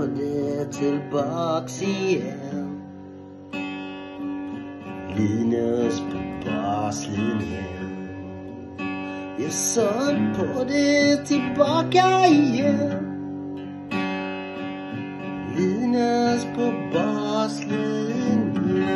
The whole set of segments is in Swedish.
det tillbaks igen. Linus på baslinjen. Jag sa på det tillbaka igen. Linus på baslinjen.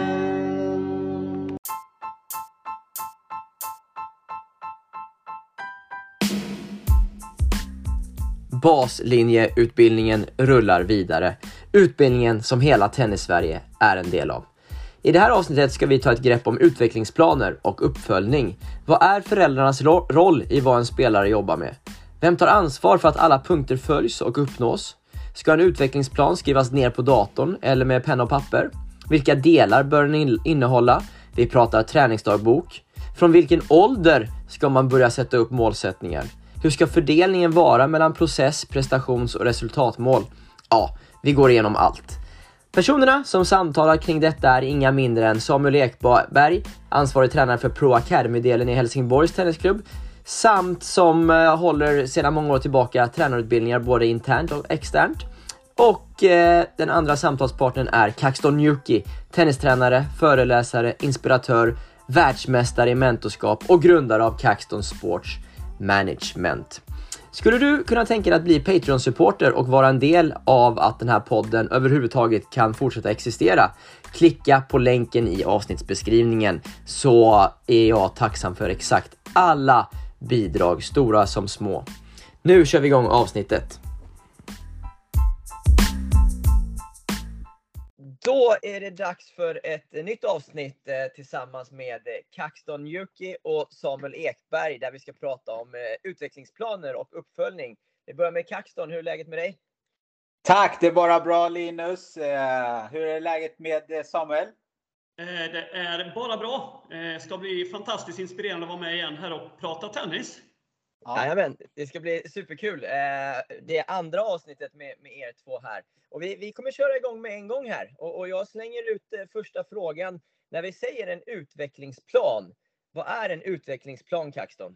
Baslinjeutbildningen rullar vidare. Utbildningen som hela Tennis-Sverige är en del av. I det här avsnittet ska vi ta ett grepp om utvecklingsplaner och uppföljning. Vad är föräldrarnas roll i vad en spelare jobbar med? Vem tar ansvar för att alla punkter följs och uppnås? Ska en utvecklingsplan skrivas ner på datorn eller med penna och papper? Vilka delar bör den innehålla? Vi pratar träningsdagbok. Från vilken ålder ska man börja sätta upp målsättningar? Hur ska fördelningen vara mellan process, prestations- och resultatmål? Ja, vi går igenom allt. Personerna som samtalar kring detta är inga mindre än Samuel Ekberg, ansvarig tränare för Pro Academy-delen i Helsingborgs tennisklubb, samt som håller sedan många år tillbaka tränarutbildningar både internt och externt. Och den andra samtalspartnern är Caxton Newkey, tennistränare, föreläsare, inspiratör, världsmästare i mentorskap och grundare av Caxton Sports Management. Skulle du kunna tänka dig att bli Patreon-supporter och vara en del av att den här podden överhuvudtaget kan fortsätta existera? Klicka på länken i avsnittsbeskrivningen så är jag tacksam för exakt alla bidrag, stora som små. Nu kör vi igång avsnittet. Då är det dags för ett nytt avsnitt tillsammans med Caxton Newkey och Samuel Ekberg där vi ska prata om utvecklingsplaner och uppföljning. Vi börjar med Caxton, hur är läget med dig? Tack, det är bara bra Linus. Hur är läget med Samuel? Det är bara bra. Det ska bli fantastiskt inspirerande att vara med igen här och prata tennis. Ja. Jajamän, det ska bli superkul. Det är andra avsnittet med er två här. Och vi kommer köra igång med en gång här. Och jag slänger ut första frågan. När vi säger en utvecklingsplan, vad är en utvecklingsplan, Caxton?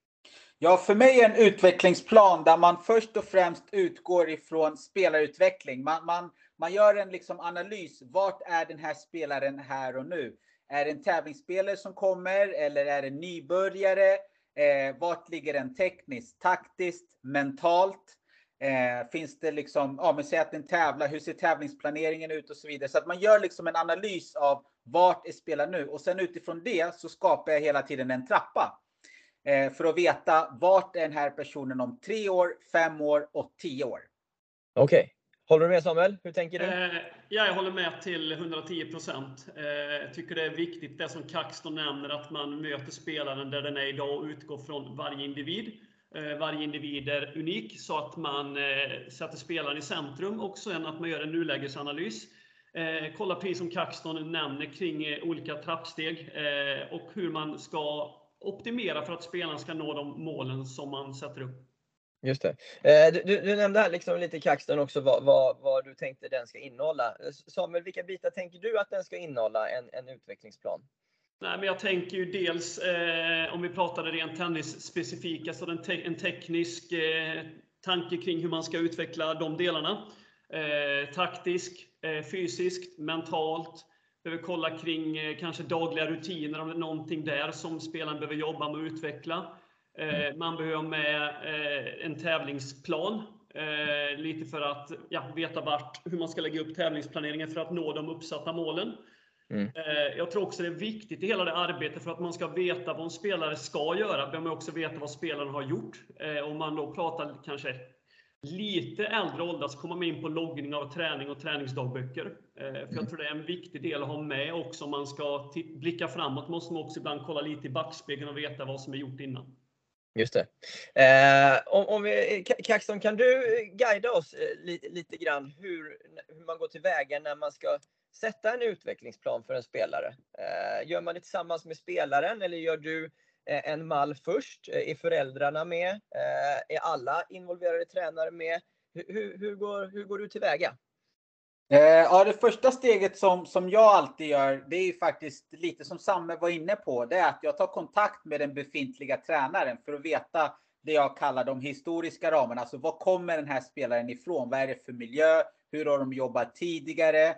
Ja, för mig är en utvecklingsplan där man först och främst utgår ifrån spelarutveckling. Man gör en analys. Vart är den här spelaren här och nu? Är det en tävlingsspelare som kommer eller är det en nybörjare? Vart ligger den tekniskt, taktiskt, mentalt? Finns det men säg att den tävlar, hur ser tävlingsplaneringen ut och så vidare. Så att man gör en analys av vart är spelaren nu. Och sen utifrån det så skapar jag hela tiden en trappa. För att veta vart är den här personen om 3 år, 5 år och 10 år. Okej. Håller du med Samuel? Hur tänker du? Jag håller med till 110%. Jag tycker det är viktigt det som Caxton nämner, att man möter spelaren där den är idag och utgår från varje individ. Varje individ är unik så att man sätter spelaren i centrum och sen att man gör en nulägesanalys. Kolla precis som Caxton nämner kring olika trappsteg och hur man ska optimera för att spelaren ska nå de målen som man sätter upp. Just det. Du nämnde här lite Caxton också vad du tänkte den ska innehålla. Samuel, vilka bitar tänker du att den ska innehålla en utvecklingsplan? Nej, men jag tänker ju dels, om vi pratade rent tennisspecifika, så en teknisk tanke kring hur man ska utveckla de delarna. Taktisk, fysiskt, mentalt. Behöver kolla kring kanske dagliga rutiner, om det är någonting där som spelaren behöver jobba med att utveckla. Man behöver med en tävlingsplan. Lite för att veta hur man ska lägga upp tävlingsplaneringen för att nå de uppsatta målen. Jag tror också det är viktigt i hela det arbetet, för att man ska veta vad en spelare ska göra. Behöver man också veta vad spelaren har gjort. Om man då pratar kanske lite äldre ålder så kommer man in på loggning av träning och träningsdagböcker. För jag tror det är en viktig del att ha med också. Om man ska blicka framåt måste man också ibland kolla lite i backspegeln och veta vad som är gjort innan. Just det. Caxton, kan du guida oss lite grann hur man går tillväga när man ska sätta en utvecklingsplan för en spelare? Gör man det tillsammans med spelaren eller gör du en mall först? Är föräldrarna med? Är alla involverade tränare med? Hur går du tillväga? Ja, det första steget som jag alltid gör, det är ju faktiskt lite som Samme var inne på. Det är att jag tar kontakt med den befintliga tränaren för att veta det jag kallar de historiska ramarna. Alltså vad kommer den här spelaren ifrån? Vad är det för miljö? Hur har de jobbat tidigare?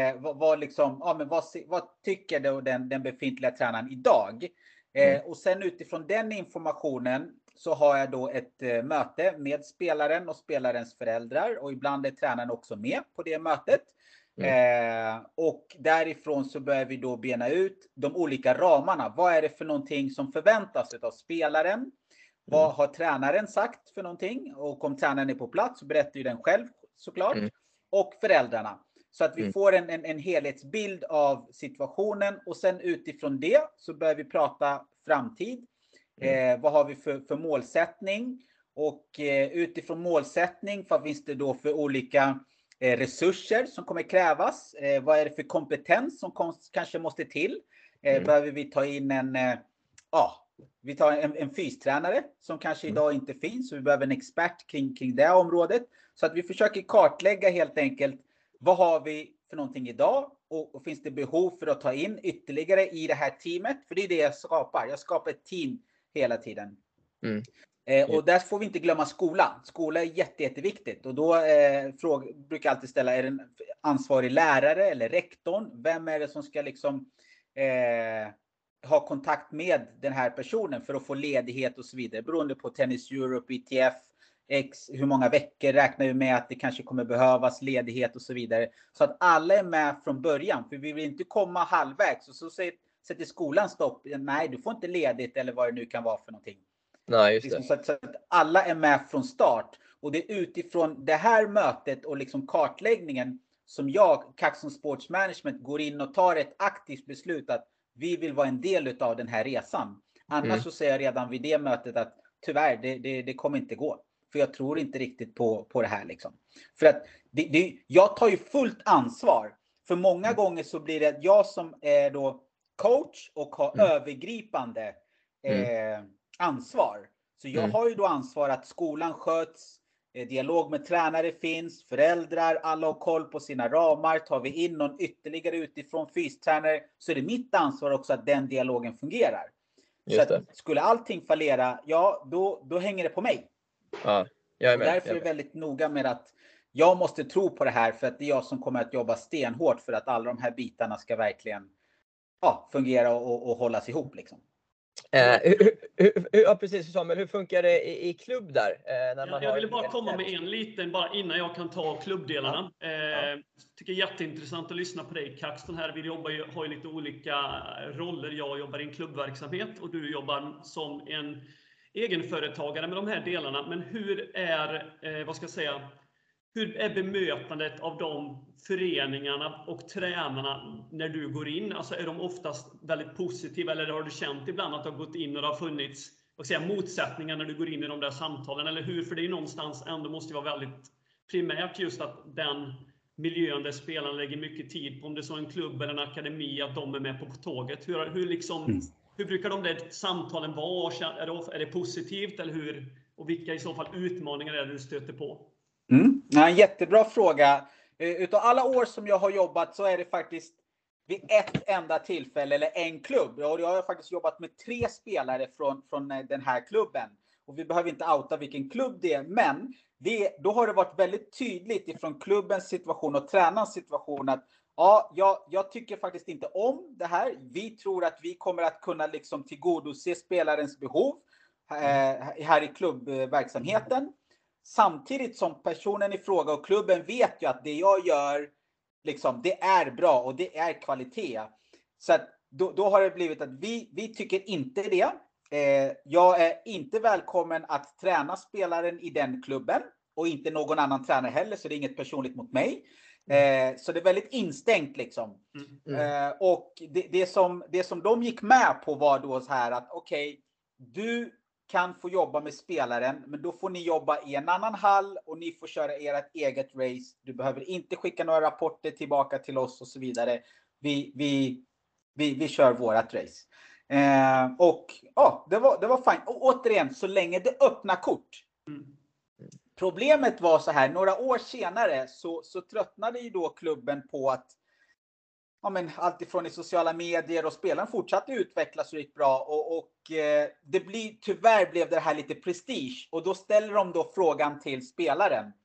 Vad tycker då den befintliga tränaren idag? Och sen utifrån den informationen så har jag då ett möte med spelaren och spelarens föräldrar. Och ibland är tränaren också med på det mötet. Och därifrån så börjar vi då bena ut de olika ramarna. Vad är det för någonting som förväntas av spelaren? Vad har tränaren sagt för någonting? Och om tränaren är på plats så berättar ju den själv såklart. Och föräldrarna. Så att vi får en helhetsbild av situationen. Och sen utifrån det så börjar vi prata framtid. Vad har vi för målsättning? Och utifrån målsättning, vad finns det då för olika resurser som kommer krävas? Vad är det för kompetens som kanske måste till? Behöver vi ta in en fystränare som kanske idag inte finns. Så vi behöver en expert kring det området. Så att vi försöker kartlägga helt enkelt. Vad har vi för någonting idag? Och finns det behov för att ta in ytterligare i det här teamet? För det är det jag skapar. Jag skapar ett team hela tiden. Och där får vi inte glömma skolan. Skola är jätteviktigt. Och då brukar jag alltid ställa, är det en ansvarig lärare eller rektorn? Vem är det som ska liksom ha kontakt med den här personen för att få ledighet och så vidare? Beroende på Tennis Europe, ITF, hur många veckor räknar vi med att det kanske kommer behövas ledighet och så vidare. Så att alla är med från början. För vi vill inte komma halvvägs och så sätter skolan stopp. Nej, du får inte ledigt eller vad det nu kan vara för någonting. Nej, just det. Så att alla är med från start. Och det är utifrån det här mötet och liksom kartläggningen som jag, Kaxon Sports Management, går in och tar ett aktivt beslut att vi vill vara en del av den här resan. Annars så säger jag redan vid det mötet att tyvärr, det kommer inte gå. För jag tror inte riktigt på det här liksom. För att jag tar ju fullt ansvar. För många gånger så blir det jag som är då coach och har övergripande ansvar. Så jag har ju då ansvar att skolan sköts, dialog med tränare finns, föräldrar, alla har koll på sina ramar. Tar vi in någon ytterligare utifrån fystränare så är det mitt ansvar också att den dialogen fungerar. Så att skulle allting fallera, ja då hänger det på mig. Ja, jag är med. Och därför är det väldigt noga med att jag måste tro på det här för att det är jag som kommer att jobba stenhårt för att alla de här bitarna ska verkligen fungera och hållas ihop liksom. Precis Samuel, hur funkar det i klubb där? Jag ville bara komma med en liten, bara innan jag kan ta klubbdelarna. Tycker det är jätteintressant att lyssna på dig, Kaxton här. Vi har ju lite olika roller. Jag jobbar i en klubbverksamhet och du jobbar som en egenföretagare med de här delarna. Men hur är, hur är bemötandet av de föreningarna och tränarna när du går in? Alltså är de oftast väldigt positiva eller har du känt ibland att det har gått in och det har funnits motsättningar när du går in i de där samtalen? Eller hur? För det är någonstans ändå måste vara väldigt primärt just att den miljön där spelarna lägger mycket tid på, om det är så en klubb eller en akademi, att de är med på tåget. Hur brukar de där samtalen vara? Är det positivt eller hur? Och vilka i så fall utmaningar är det du stöter på? En jättebra fråga. Utav alla år som jag har jobbat så är det faktiskt vid ett enda tillfälle eller en klubb. Jag har faktiskt jobbat med 3 spelare från den här klubben. Och vi behöver inte outa vilken klubb det är. Men då har det varit väldigt tydligt ifrån klubbens situation och tränarens situation att jag tycker faktiskt inte om det här. Vi tror att vi kommer att kunna liksom tillgodose spelarens behov här i klubbverksamheten. Samtidigt som personen i fråga och klubben vet ju att det jag gör liksom, det är bra och det är kvalitet. Så att då har det blivit att vi tycker inte det. Jag är inte välkommen att träna spelaren i den klubben och inte någon annan tränare heller, så det är inget personligt mot mig. Så det är väldigt instängt liksom. Och det som de gick med på var då så här att okej, du kan få jobba med spelaren, men då får ni jobba i en annan hall och ni får köra ert eget race. Du behöver inte skicka några rapporter tillbaka till oss och så vidare. Vi kör vårat race. Det var fint. Och återigen, så länge det öppnar kort. Problemet var så här, några år senare så tröttnade ju då klubben på att allt ifrån i sociala medier och spelaren fortsatte utvecklas och gick bra och tyvärr blev det här lite prestige och då ställer de då frågan till spelaren.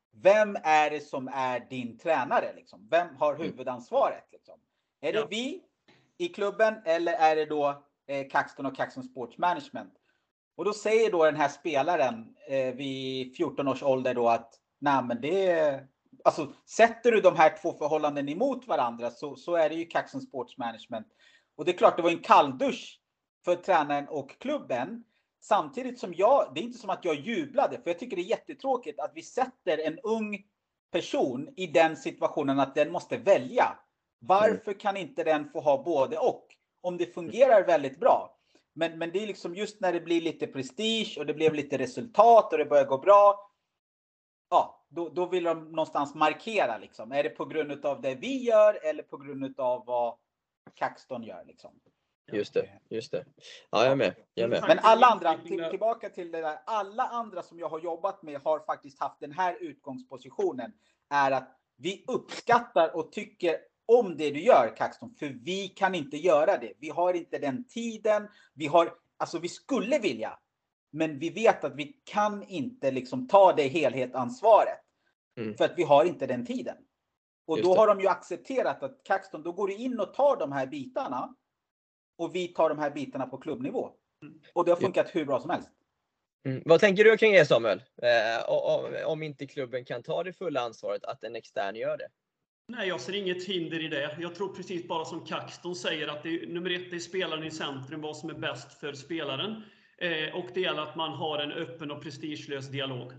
vem är det som är din tränare? Liksom? Vem har huvudansvaret? Liksom? Är det vi i klubben eller är det då Caxton och Caxton Sports Management? Och då säger då den här spelaren vid 14 års ålder då att nej, men det alltså sätter du de här två förhållanden emot varandra så är det ju Caxton Sports Management. Och det är klart, det var en kalldusch för tränaren och klubben. Samtidigt som det är inte som att jag jublade, för jag tycker det är jättetråkigt att vi sätter en ung person i den situationen att den måste välja. Varför kan inte den få ha både och? Om det fungerar väldigt bra. Men det är liksom just när det blir lite prestige och det blev lite resultat och det börjar gå bra. Ja, då vill de någonstans markera liksom. Är det på grund av det vi gör eller på grund av vad Caxton gör liksom? Just det. Ja, jag är med. Men alla andra, tillbaka till det där. Alla andra som jag har jobbat med har faktiskt haft den här utgångspositionen. Är att vi uppskattar och tycker om det du gör, Caxton. För vi kan inte göra det. Vi har inte den tiden. Vi skulle vilja. Men vi vet att vi kan inte liksom ta det helhetsansvaret. För att vi har inte den tiden. Och då har de ju accepterat att Caxton, då går du in och tar de här bitarna. Och vi tar de här bitarna på klubbnivå. Och det har funkat hur bra som helst. Vad tänker du kring det, Samuel? Om inte klubben kan ta det fulla ansvaret, att en extern gör det? Nej, jag ser inget hinder i det. Jag tror precis bara som Caxton säger att nummer 1 är spelaren i centrum, vad som är bäst för spelaren. Och det gäller att man har en öppen och prestigelös dialog.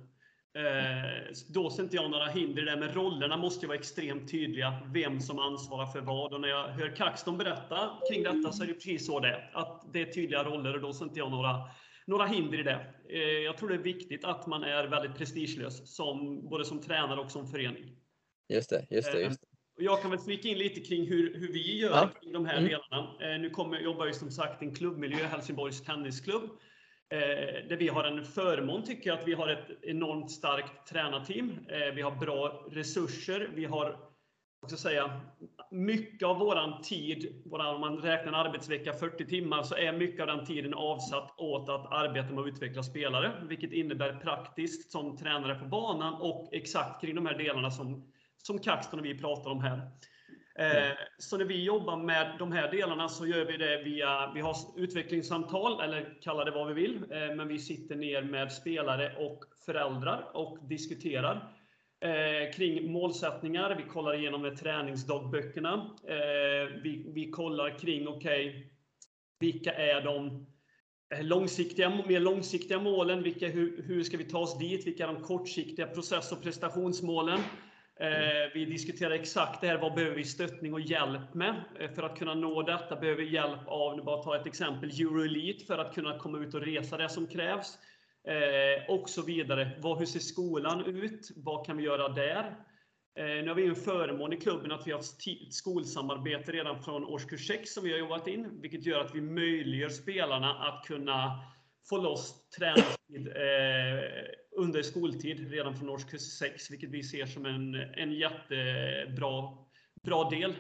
Då ser inte jag några hinder där, men rollerna måste ju vara extremt tydliga. Vem som ansvarar för vad. Och när jag hör Caxton berätta kring detta så är det precis så det. Att det är tydliga roller och då ser inte jag några hinder i det. Jag tror det är viktigt att man är väldigt prestigelös. Både som tränare och som förening. Just det. Jag kan väl flika in lite kring hur vi gör i de här delarna. Nu jobbar ju som sagt en klubbmiljö, Helsingborgs tennisklubb. Där vi har en förmån, tycker jag, att vi har ett enormt starkt tränarteam. Vi har bra resurser. Vi har också mycket av våran tid, om man räknar en arbetsvecka 40 timmar, så är mycket av den tiden avsatt åt att arbeta med att utveckla spelare. Vilket innebär praktiskt som tränare på banan och exakt kring de här delarna som Caxton och vi pratar om här. Så när vi jobbar med de här delarna så gör vi det vi har utvecklingssamtal, eller kalla det vad vi vill. Men vi sitter ner med spelare och föräldrar och diskuterar kring målsättningar. Vi kollar igenom med träningsdagböckerna. Vi kollar kring, vilka är de mer långsiktiga målen? Hur ska vi ta oss dit? Vilka är de kortsiktiga process- och prestationsmålen? Vi diskuterar exakt det här. Vad behöver vi stöttning och hjälp med? För att kunna nå detta behöver vi hjälp av, nu bara ta ett exempel, Euroelite för att kunna komma ut och resa det som krävs. Och så vidare. Hur ser skolan ut? Vad kan vi göra där? Nu har vi en förmån i klubben att vi har ett skolsamarbete redan från årskurs 6 som vi har jobbat in. Vilket gör att vi möjliggör spelarna att kunna få loss träningstid under skoltid redan från årskurs 6. Vilket vi ser som en jättebra del.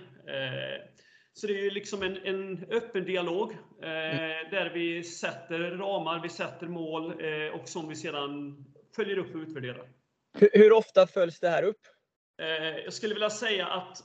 Så det är ju liksom en öppen dialog där vi sätter ramar, vi sätter mål och som vi sedan följer upp och utvärderar. Hur ofta följs det här upp? Jag skulle vilja säga att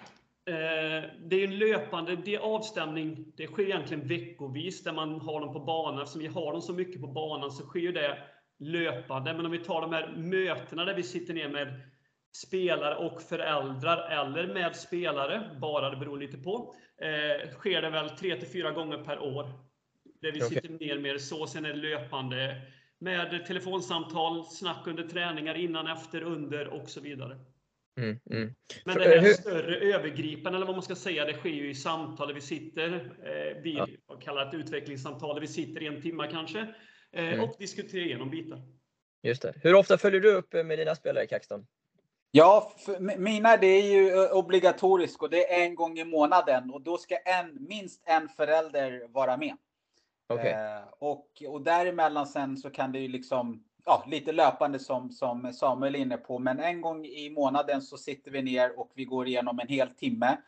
det är en löpande avstämning. Det sker egentligen veckovis där man har dem på banan. Eftersom vi har dem så mycket på banan så sker det löpande. Men om vi tar de här mötena där vi sitter ner med spelare och föräldrar eller med spelare, bara det beror lite på, sker det väl 3-4 gånger per år. Där vi sitter ner med så, sen är det löpande med telefonsamtal, snack under träningar, innan, efter, under och så vidare. Men det här större övergripande, eller vad man ska säga, det sker ju i samtal där vi sitter, vi kallar det ett utvecklingssamtal, där vi sitter 1 timme kanske och diskuterar igenom bitar. Just det. Hur ofta följer du upp med dina spelare, Caxton? Ja, mina det är ju obligatoriskt och det är 1 gång i månaden och då ska minst en förälder vara med. Okay. Och däremellan sen så kan det ju liksom lite löpande som Samuel är inne på, men 1 gång i månaden så sitter vi ner och vi går igenom en hel timme.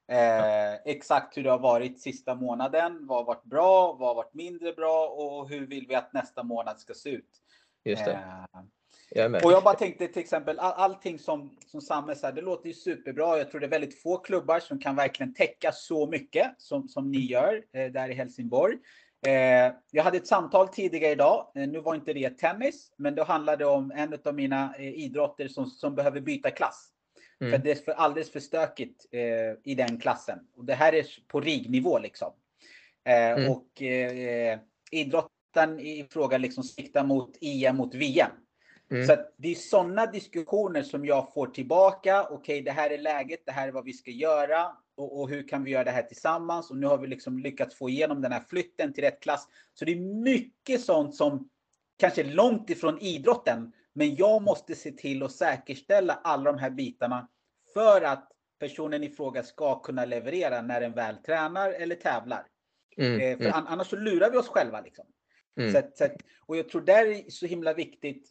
Exakt hur det har varit sista månaden, vad har varit bra, vad har varit mindre bra och hur vill vi att nästa månad ska se ut. Just det. Jag är med. Och jag bara tänkte till exempel allting som Samme sa, det låter ju superbra. Jag tror det är väldigt få klubbar som kan verkligen täcka så mycket som ni gör där i Helsingborg. Jag hade ett samtal tidigare idag. Nu var inte det tennis, men då handlade det om en av mina idrotter som behöver byta klass. För det är alldeles för stökigt i den klassen. Och det här är på rignivå liksom. Och idrotten i fråga liksom siktar mot EM mot VM. Så att det är sådana diskussioner som jag får tillbaka. Okej, det här är läget, det här är vad vi ska göra. Och hur kan vi göra det här tillsammans? Och nu har vi liksom lyckats få igenom den här flytten till rätt klass. Så det är mycket sånt som kanske är långt ifrån idrotten. Men jag måste se till att säkerställa alla de här bitarna för att personen i fråga ska kunna leverera när den väl tränar eller tävlar. För annars så lurar vi oss själva liksom. Och jag tror det är så himla viktigt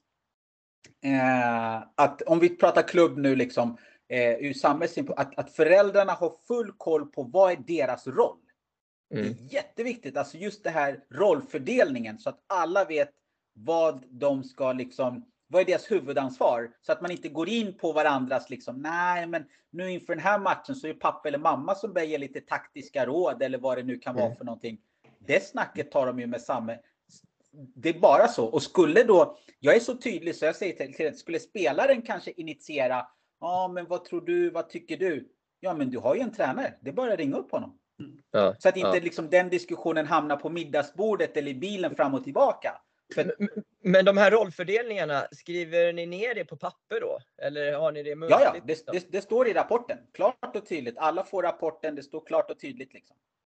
att om vi pratar klubb nu liksom ur samhällssynpunkt, att föräldrarna har full koll på vad är deras roll. Det är jätteviktigt, alltså just det här rollfördelningen, så att alla vet vad de ska liksom, vad är deras huvudansvar, så att man inte går in på varandras liksom, nej men nu inför den här matchen så är pappa eller mamma som börjar ge lite taktiska råd eller vad det nu kan vara för någonting. Det snacket tar de ju med samma. Det är bara så. Och skulle då, jag är så tydlig så jag säger till skulle spelaren kanske initiera, men vad tror du, vad tycker du? Ja, men du har ju en tränare, det är bara att ringa upp honom. Så att inte liksom den diskussionen hamnar på middagsbordet eller i bilen fram och tillbaka. Men de här rollfördelningarna, skriver ni ner det på papper då? Eller har ni det muntligt? Ja, det står i rapporten. Klart och tydligt. Alla får rapporten, det står klart och tydligt liksom.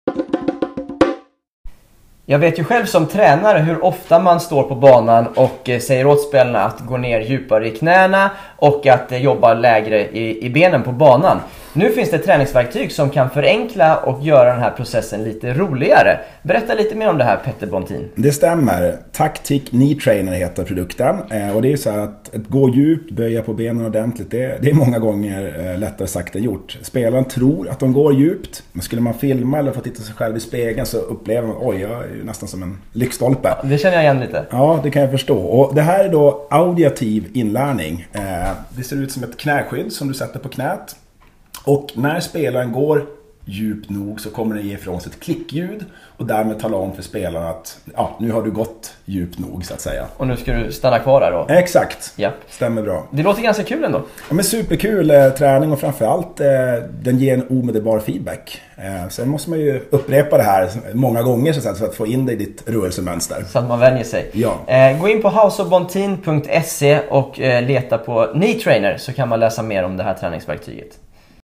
Jag vet ju själv som tränare hur ofta man står på banan och säger åt spelarna att gå ner djupare i knäna och att jobba lägre i benen på banan. Nu finns det träningsverktyg som kan förenkla och göra den här processen lite roligare. Berätta lite mer om det här, Petter Bontin. Det stämmer. Tactic Knee Trainer heter produkten. Och det är så här att gå djupt, böja på benen ordentligt, det är många gånger lättare sagt än gjort. Spelaren tror att de går djupt, men skulle man filma eller få titta sig själv i spegeln så upplever man, oj, jag är ju nästan som en lyktstolpe. Ja, det känner jag igen lite. Ja, det kan jag förstå. Och det här är då auditiv inlärning. Det ser ut som ett knäskydd som du sätter på knät. Och när spelaren går djupt nog så kommer den ge ifrån sig ett klickljud och därmed tala om för spelaren att nu har du gått djupt nog så att säga. Och nu ska du stanna kvar där då? Exakt, ja. Stämmer bra. Det låter ganska kul ändå. Ja, men superkul träning och framförallt den ger en omedelbar feedback. Sen måste man ju upprepa det här många gånger så att få in det i ditt rörelsemönster. Så att man vänjer sig. Ja. Gå in på houseofbontin.se och leta på Knee Trainer så kan man läsa mer om det här träningsverktyget.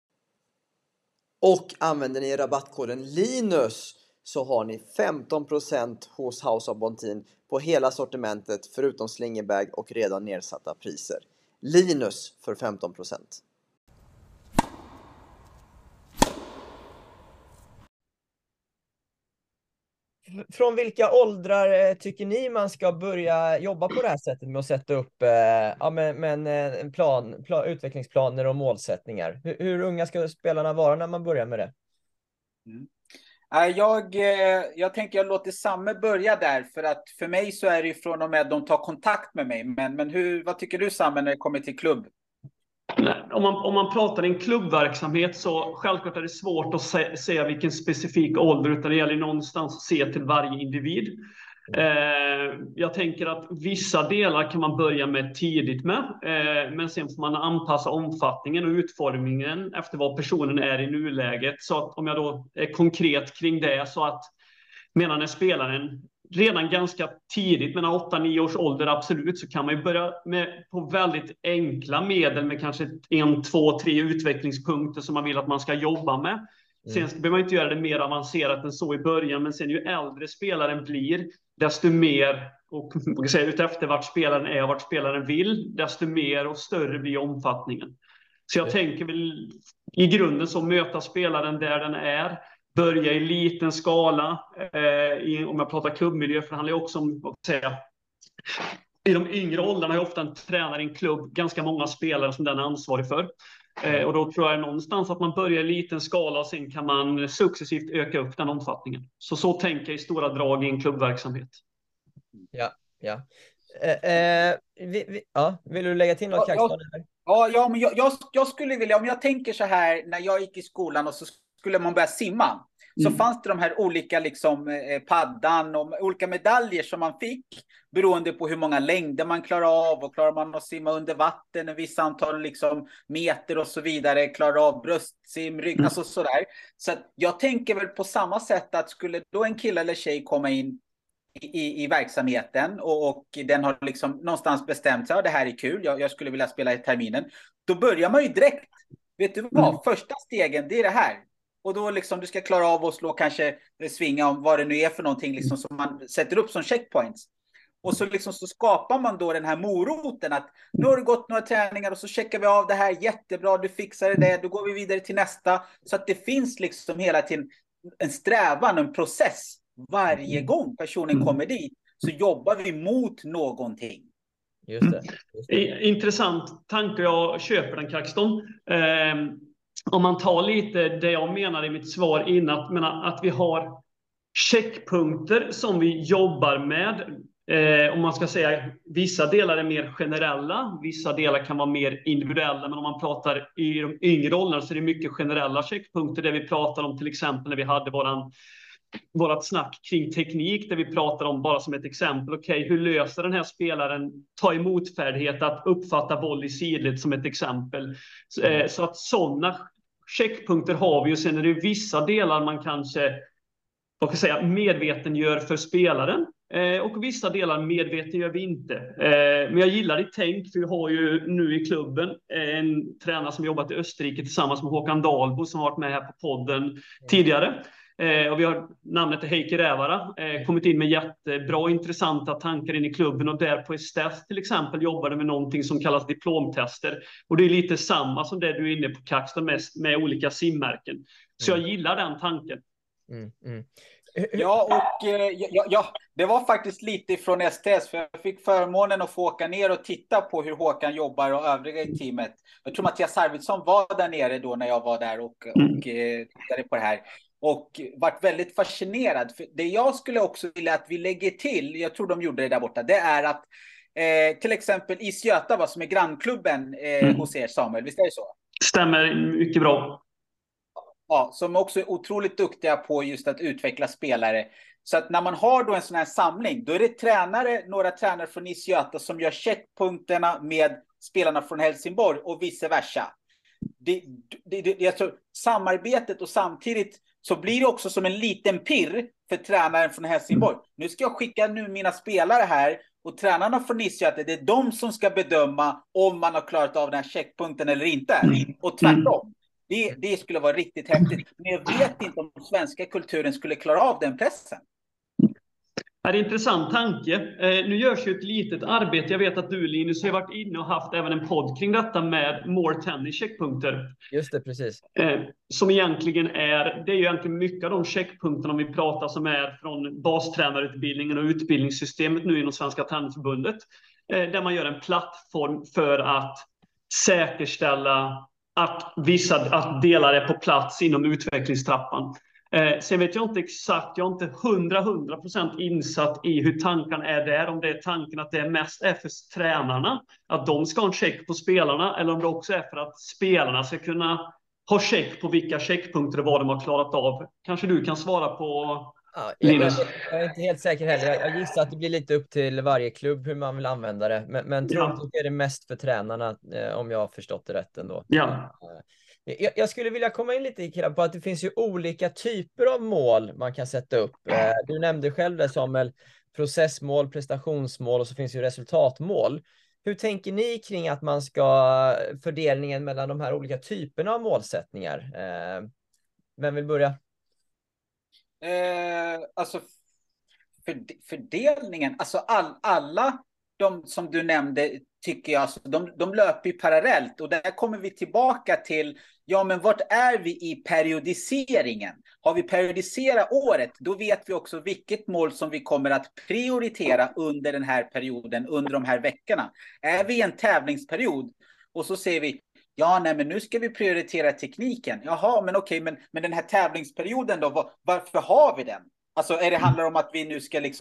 Och använder ni rabattkoden LINUS så har ni 15% hos House of Bontin på hela sortimentet förutom slingerbag och redan nedsatta priser. LINUS för 15%. Från vilka åldrar tycker ni man ska börja jobba på det här sättet med att sätta upp utvecklingsplaner och målsättningar? Hur unga ska spelarna vara när man börjar med det? Jag tänker jag låter Samme börja där, för att för mig så är det ju från och med att de tar kontakt med mig. Men vad tycker du, Samme, när det kommer till klubb? Nej, om man pratar en klubbverksamhet så självklart är det svårt att säga vilken specifik ålder, utan det gäller någonstans att se till varje individ. Jag tänker att vissa delar kan man börja med tidigt med, men sen får man anpassa omfattningen och utformningen efter vad personen är i nuläget. Så att om jag då är konkret kring det, så att medan när spelaren redan ganska tidigt, mellan 8-9 års ålder absolut, så kan man ju börja med på väldigt enkla medel med kanske 1, 2, 3 utvecklingspunkter som man vill att man ska jobba med. Sen behöver man inte göra det mer avancerat än så i början, men sen ju äldre spelaren blir, desto mer, och man kan säga utefter vart spelaren är och vart spelaren vill, desto mer och större blir omfattningen. Så jag tänker väl i grunden så möta spelaren där den är, börja i liten skala, om jag pratar klubbmiljö, för det handlar ju också om, vad ska jag säga, i de yngre åldrarna har ofta en tränare i en klubb ganska många spelare som den är ansvarig för. Och då tror jag någonstans att man börjar i liten skala och sen kan man successivt öka upp den omfattningen. Så tänker jag i stora drag i en klubbverksamhet. Ja. Vill du lägga till något, Ja, Kaxton? men jag skulle vilja, om jag tänker så här, när jag gick i skolan och så skulle man börja simma. Så fanns det de här olika liksom, paddan och olika medaljer som man fick beroende på hur många längder man klarar av, och klarar man att simma under vatten en viss antal liksom, meter och så vidare, klarar av bröstsim, rygg, alltså sådär. Så att jag tänker väl på samma sätt att skulle då en kille eller tjej komma in i verksamheten och den har liksom någonstans bestämt sig, ja, det här är kul, jag skulle vilja spela i terminen. Då börjar man ju direkt, vet du vad, första stegen det är det här. Och då liksom du ska klara av att slå, kanske svinga om vad det nu är för någonting liksom, som man sätter upp som checkpoints. Och så, liksom, så skapar man då den här moroten att nu har det gått några träningar och så checkar vi av det här, jättebra, du fixar det, då går vi vidare till nästa. Så att det finns liksom hela tiden en strävan, en process. Varje gång personen kommer dit så jobbar vi mot någonting. Just det. Intressant tanke, jag köper den, Kaxton. Om man tar lite det jag menade i mitt svar innan, att vi har checkpunkter som vi jobbar med. Om man ska säga, vissa delar är mer generella, vissa delar kan vara mer individuella, men om man pratar i de yngre åldrarna så är det mycket generella checkpunkter, där vi pratar om till exempel när vi hade vårat snack kring teknik, där vi pratar om, bara som ett exempel, okej, hur löser den här spelaren ta emot färdighet att uppfatta boll i sidled, som ett exempel. Så att sådana checkpunkter har vi, och sen är det vissa delar man kanske, vad kan jag säga, medveten gör för spelaren, och vissa delar medveten gör vi inte. Men jag gillar ditt tänk, för vi har ju nu i klubben en tränare som jobbat i Österrike tillsammans med Håkan Dahlbo, som har varit med här på podden tidigare. Och vi har namnet Heikki Rävara, kommit in med jättebra intressanta tankar in i klubben, och där på STF till exempel jobbade med någonting som kallas diplomtester, och det är lite samma som det du är inne på, Kaxton, med olika simmärken. Så jag gillar den tanken. Ja, och det var faktiskt lite från STS, för jag fick förmånen att få åka ner och titta på hur Håkan jobbar och övriga i teamet. Jag tror Mattias Arvidsson var där nere då när jag var där och tittade på det här. Och varit väldigt fascinerad. För det jag skulle också vilja att vi lägger till, jag tror de gjorde det där borta, det är att till exempel Is Göta, som är grannklubben hos er, Samuel, visst är det så? Stämmer mycket bra. Ja, som också är otroligt duktiga på just att utveckla spelare. Så att när man har då en sån här samling, då är det några tränare från Is Göta som gör checkpunkterna med spelarna från Helsingborg och vice versa. Jag tror samarbetet, och samtidigt så blir det också som en liten pirr för tränaren från Helsingborg. Nu ska jag skicka mina spelare här, och tränarna från Is Göta, det är de som ska bedöma om man har klarat av den här checkpunkten eller inte. Och tvärtom. Det skulle vara riktigt häftigt. Men jag vet inte om den svenska kulturen skulle klara av den pressen. Det är en intressant tanke. Nu görs ju ett litet arbete. Jag vet att du, Linus, har varit inne och haft även en podd kring detta med More Tennis checkpunkter. Just det, precis. Som egentligen det är ju egentligen mycket av de checkpunkterna om vi pratar som är från bastränarutbildningen och utbildningssystemet nu inom Svenska Tennisförbundet. Där man gör en plattform för att säkerställa att delar är på plats inom utvecklingstrappan. Sen vet jag inte exakt, jag är inte 100% insatt i hur tanken är där. Om det är tanken att det är mest är för tränarna, att de ska ha en check på spelarna, eller om det också är för att spelarna ska kunna ha check på vilka checkpunkter och vad de har klarat av. Kanske du kan svara på, Linus? Jag är inte helt säker heller. Jag gissar att det blir lite upp till varje klubb hur man vill använda det. Men troligtvis är det mest för tränarna, om jag har förstått det rätt ändå. Ja. Jag skulle vilja komma in lite på att det finns ju olika typer av mål man kan sätta upp. Du nämnde själv det, Samuel, processmål, prestationsmål, och så finns ju resultatmål. Hur tänker ni kring att man ska fördelningen mellan de här olika typerna av målsättningar? Vem vill börja? Alltså fördelningen, alltså alla de som du nämnde tycker jag, alltså, de löper ju parallellt, och där kommer vi tillbaka till, ja men vart är vi i periodiseringen? Har vi periodiserat året, då vet vi också vilket mål som vi kommer att prioritera under den här perioden, under de här veckorna. Är vi i en tävlingsperiod och så ser vi, ja nej men nu ska vi prioritera tekniken. Jaha, men okej, men den här tävlingsperioden då, varför har vi den? Alltså handlar det om att vi nu ska liksom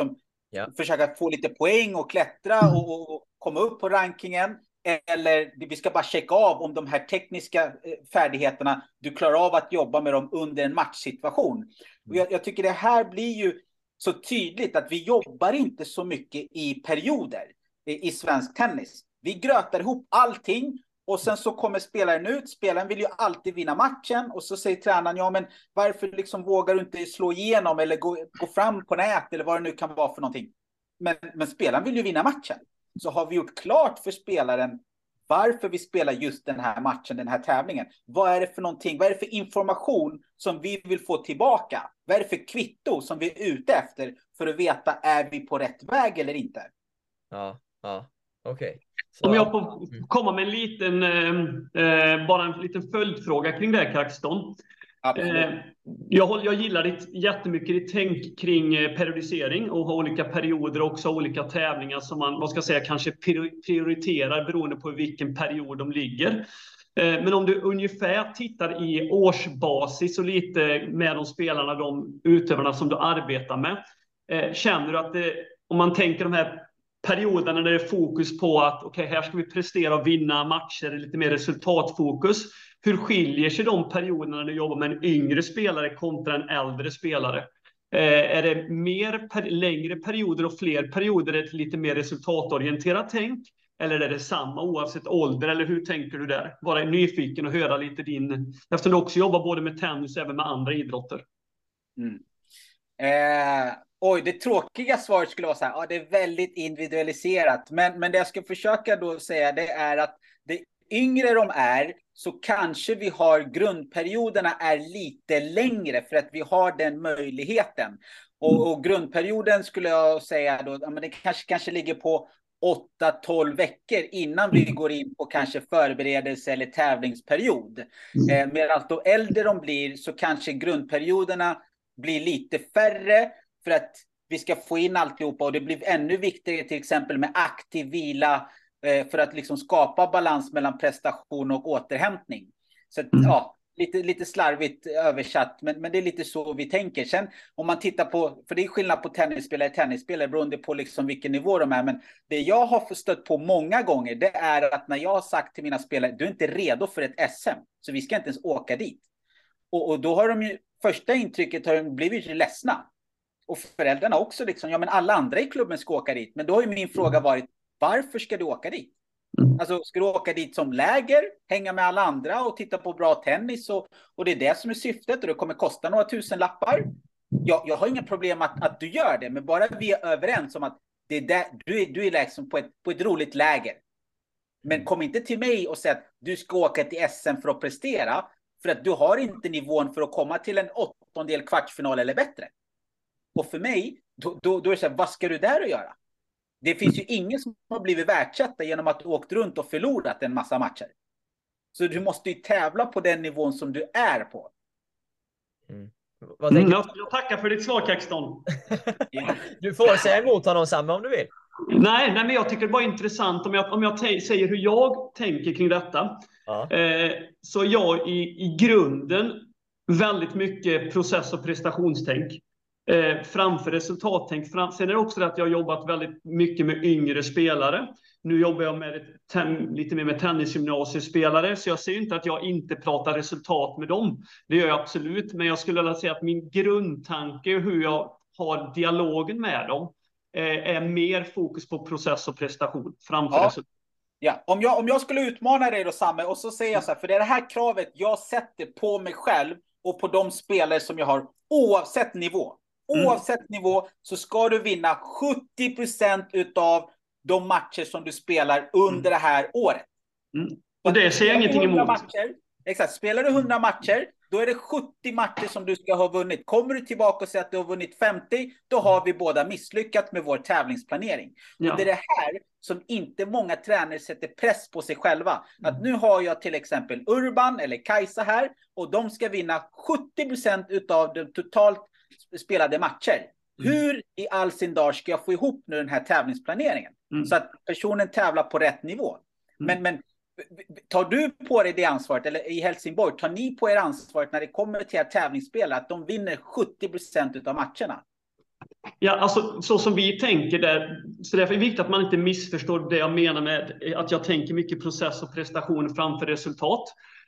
försöka få lite poäng och klättra och komma upp på rankingen. Eller vi ska bara checka av om de här tekniska färdigheterna, du klarar av att jobba med dem under en matchsituation. Och jag tycker det här blir ju så tydligt att vi jobbar inte så mycket i perioder i svensk tennis. Vi grötar ihop allting och sen så kommer spelaren ut. Spelaren vill ju alltid vinna matchen och så säger tränaren, ja men varför liksom vågar du inte slå igenom eller gå fram på nät eller vad det nu kan vara för någonting. Men spelaren vill ju vinna matchen. Så har vi gjort klart för spelaren varför vi spelar just den här matchen, den här tävlingen. Vad är det för någonting? Vad är det för information som vi vill få tillbaka? Vad är det för kvitto som vi är ute efter för att veta, är vi på rätt väg eller inte? Ja, okej. Om jag får komma med en liten, bara en liten följdfråga kring det, Kaxton. Jag gillar jättemycket ditt tänk kring periodisering och ha olika perioder och också olika tävlingar som man kanske prioriterar beroende på vilken period de ligger. Men om du ungefär tittar i årsbasis och lite med de spelarna, de utövarna som du arbetar med, känner du att om man tänker de här perioderna där det är fokus på att här ska vi prestera och vinna matcher, lite mer resultatfokus. Hur skiljer sig de perioderna när du jobbar med en yngre spelare kontra en äldre spelare? Är det längre perioder och fler perioder, ett lite mer resultatorienterat tänk? Eller är det samma oavsett ålder? Eller hur tänker du där? Bara nyfiken och höra lite eftersom du också jobbar både med tennis och även med andra idrotter. Det tråkiga svaret skulle vara så här, det är väldigt individualiserat. Men det jag ska försöka då säga, det är att det yngre de är så kanske vi har grundperioderna är lite längre för att vi har den möjligheten. Och grundperioden skulle jag säga då, men det kanske ligger på 8-12 veckor innan vi går in på kanske förberedelse eller tävlingsperiod. Medan då äldre de blir så kanske grundperioderna blir lite färre för att vi ska få in alltihopa, och det blir ännu viktigare till exempel med aktiv vila för att liksom skapa balans mellan prestation och återhämtning. Så lite slarvigt översatt, men det är lite så vi tänker. Sen om man tittar på, för det är skillnad på tennisspelare beroende på liksom vilken nivå de är, men det jag har stött på många gånger, det är att när jag har sagt till mina spelare, du är inte redo för ett SM, så vi ska inte ens åka dit. Och då har de ju, första intrycket har de blivit ledsna. Och föräldrarna också liksom, men alla andra i klubben ska åka dit. Men då har ju min fråga varit, varför ska du åka dit? Alltså ska du åka dit som läger, hänga med alla andra och titta på bra tennis och det är det som är syftet och det kommer kosta några tusenlappar. Jag har inga problem att du gör det, men bara vi är överens om att det är där, du är liksom på ett roligt läger. Men kom inte till mig och säg att du ska åka till SM för att prestera, för att du har inte nivån för att komma till en 8:e kvartsfinal eller bättre. Och för mig, då är det så här, vad ska du där att göra? Det finns ju ingen som har blivit världsetta genom att du åkt runt och förlorat en massa matcher. Så du måste ju tävla på den nivån som du är på. Jag tackar för ditt svar, Kaxton. Du får säga emot honom samma om du vill. Nej, men jag tycker det var intressant om jag säger hur jag tänker kring detta. Så jag i grunden väldigt mycket process- och prestationstänk. Framför resultattänk. Sen är det också det att jag har jobbat väldigt mycket med yngre spelare. Nu jobbar jag med lite mer med tennisgymnasiespelare, så jag ser inte att jag inte pratar resultat med dem. Det gör jag absolut, men jag skulle vilja säga att min grundtanke och hur jag har dialogen med dem är mer fokus på process och prestation framför resultat. Ja, om jag skulle utmana dig då, Samme, och så säger jag så här, för det är det här kravet jag sätter på mig själv och på de spelare som jag har, oavsett nivå. Oavsett nivå så ska du vinna 70% utav de matcher som du spelar under det här året. Och det ser jag ingenting emot. Exakt, spelar du 100 matcher, då är det 70 matcher som du ska ha vunnit. Kommer du tillbaka och säger att du har vunnit 50, då har vi båda misslyckats med vår tävlingsplanering. Och det är det här som inte många tränare sätter press på sig själva. Att nu har jag till exempel Urban eller Kajsa här, och de ska vinna 70% utav de totalt spelade matcher. Hur i all sin dag ska jag få ihop nu den här tävlingsplaneringen? Så att personen tävlar på rätt nivå. Men tar du på dig det ansvaret, eller i Helsingborg, tar ni på er ansvaret när det kommer till att tävlingsspela, att de vinner 70% av matcherna? Ja, alltså så som vi tänker där, så därför är det viktigt att man inte missförstår det jag menar med att jag tänker mycket process och prestation framför resultat.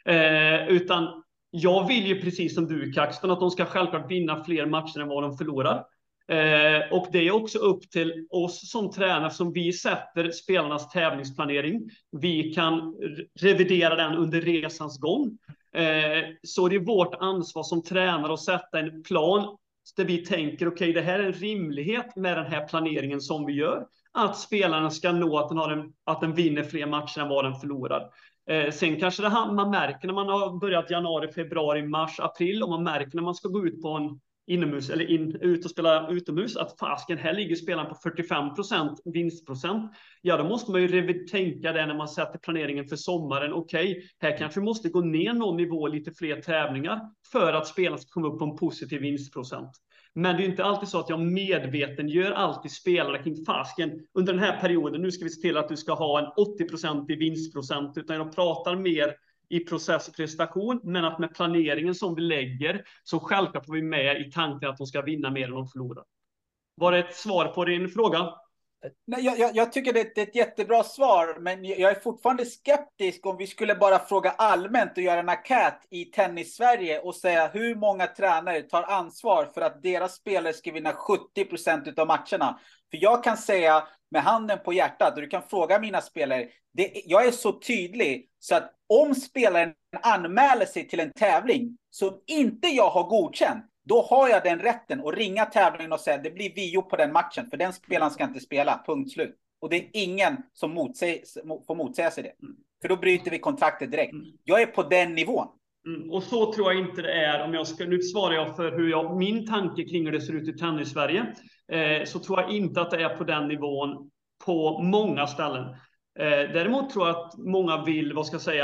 Utan jag vill ju precis som du, Kaxton, att de ska självklart vinna fler matcher än vad de förlorar. Och det är också upp till oss som tränare, som vi sätter spelarnas tävlingsplanering. Vi kan revidera den under resans gång. Så det är vårt ansvar som tränare att sätta en plan där vi tänker, okej, det här är en rimlighet med den här planeringen som vi gör. Att spelarna ska nå att den vinner fler matcher än vad den förlorar. Sen kanske man märker när man har börjat januari, februari, mars, april, och man märker när man ska gå ut på en inomhus eller ut och spela utomhus att fasken, här ligger spelaren på 45% vinstprocent. Ja, då måste man ju tänka det när man sätter planeringen för sommaren. Okej, här kanske vi måste gå ner någon nivå, lite fler tävlingar för att spelaren ska komma upp på en positiv vinstprocent. Men det är inte alltid så att jag medveten gör alltid spelare kring fasken under den här perioden. Nu ska vi se till att du ska ha en 80% i vinstprocent, utan jag pratar mer i process och prestation, men att med planeringen som vi lägger, så självklart får vi med i tanken att de ska vinna mer än de förlorar. Var det ett svar på din fråga? Nej, jag tycker det är ett jättebra svar, men jag är fortfarande skeptisk om vi skulle bara fråga allmänt och göra en enkät i Tennis-Sverige och säga hur många tränare tar ansvar för att deras spelare ska vinna 70% av matcherna. För jag kan säga med handen på hjärtat, och du kan fråga mina spelare, jag är så tydlig så att om spelaren anmäler sig till en tävling som inte jag har godkänt, då har jag den rätten att ringa tävlingen och säga det blir vio på den matchen, för den spelaren ska inte spela, punkt slut. Och det är ingen som får motsäga sig det. För då bryter vi kontraktet direkt. Jag är på den nivån. Och så tror jag inte det är. Nu svarar jag för hur min tanke kring hur det ser ut i Tennis-Sverige. Så tror jag inte att det är på den nivån på många ställen. Däremot tror jag att många vill,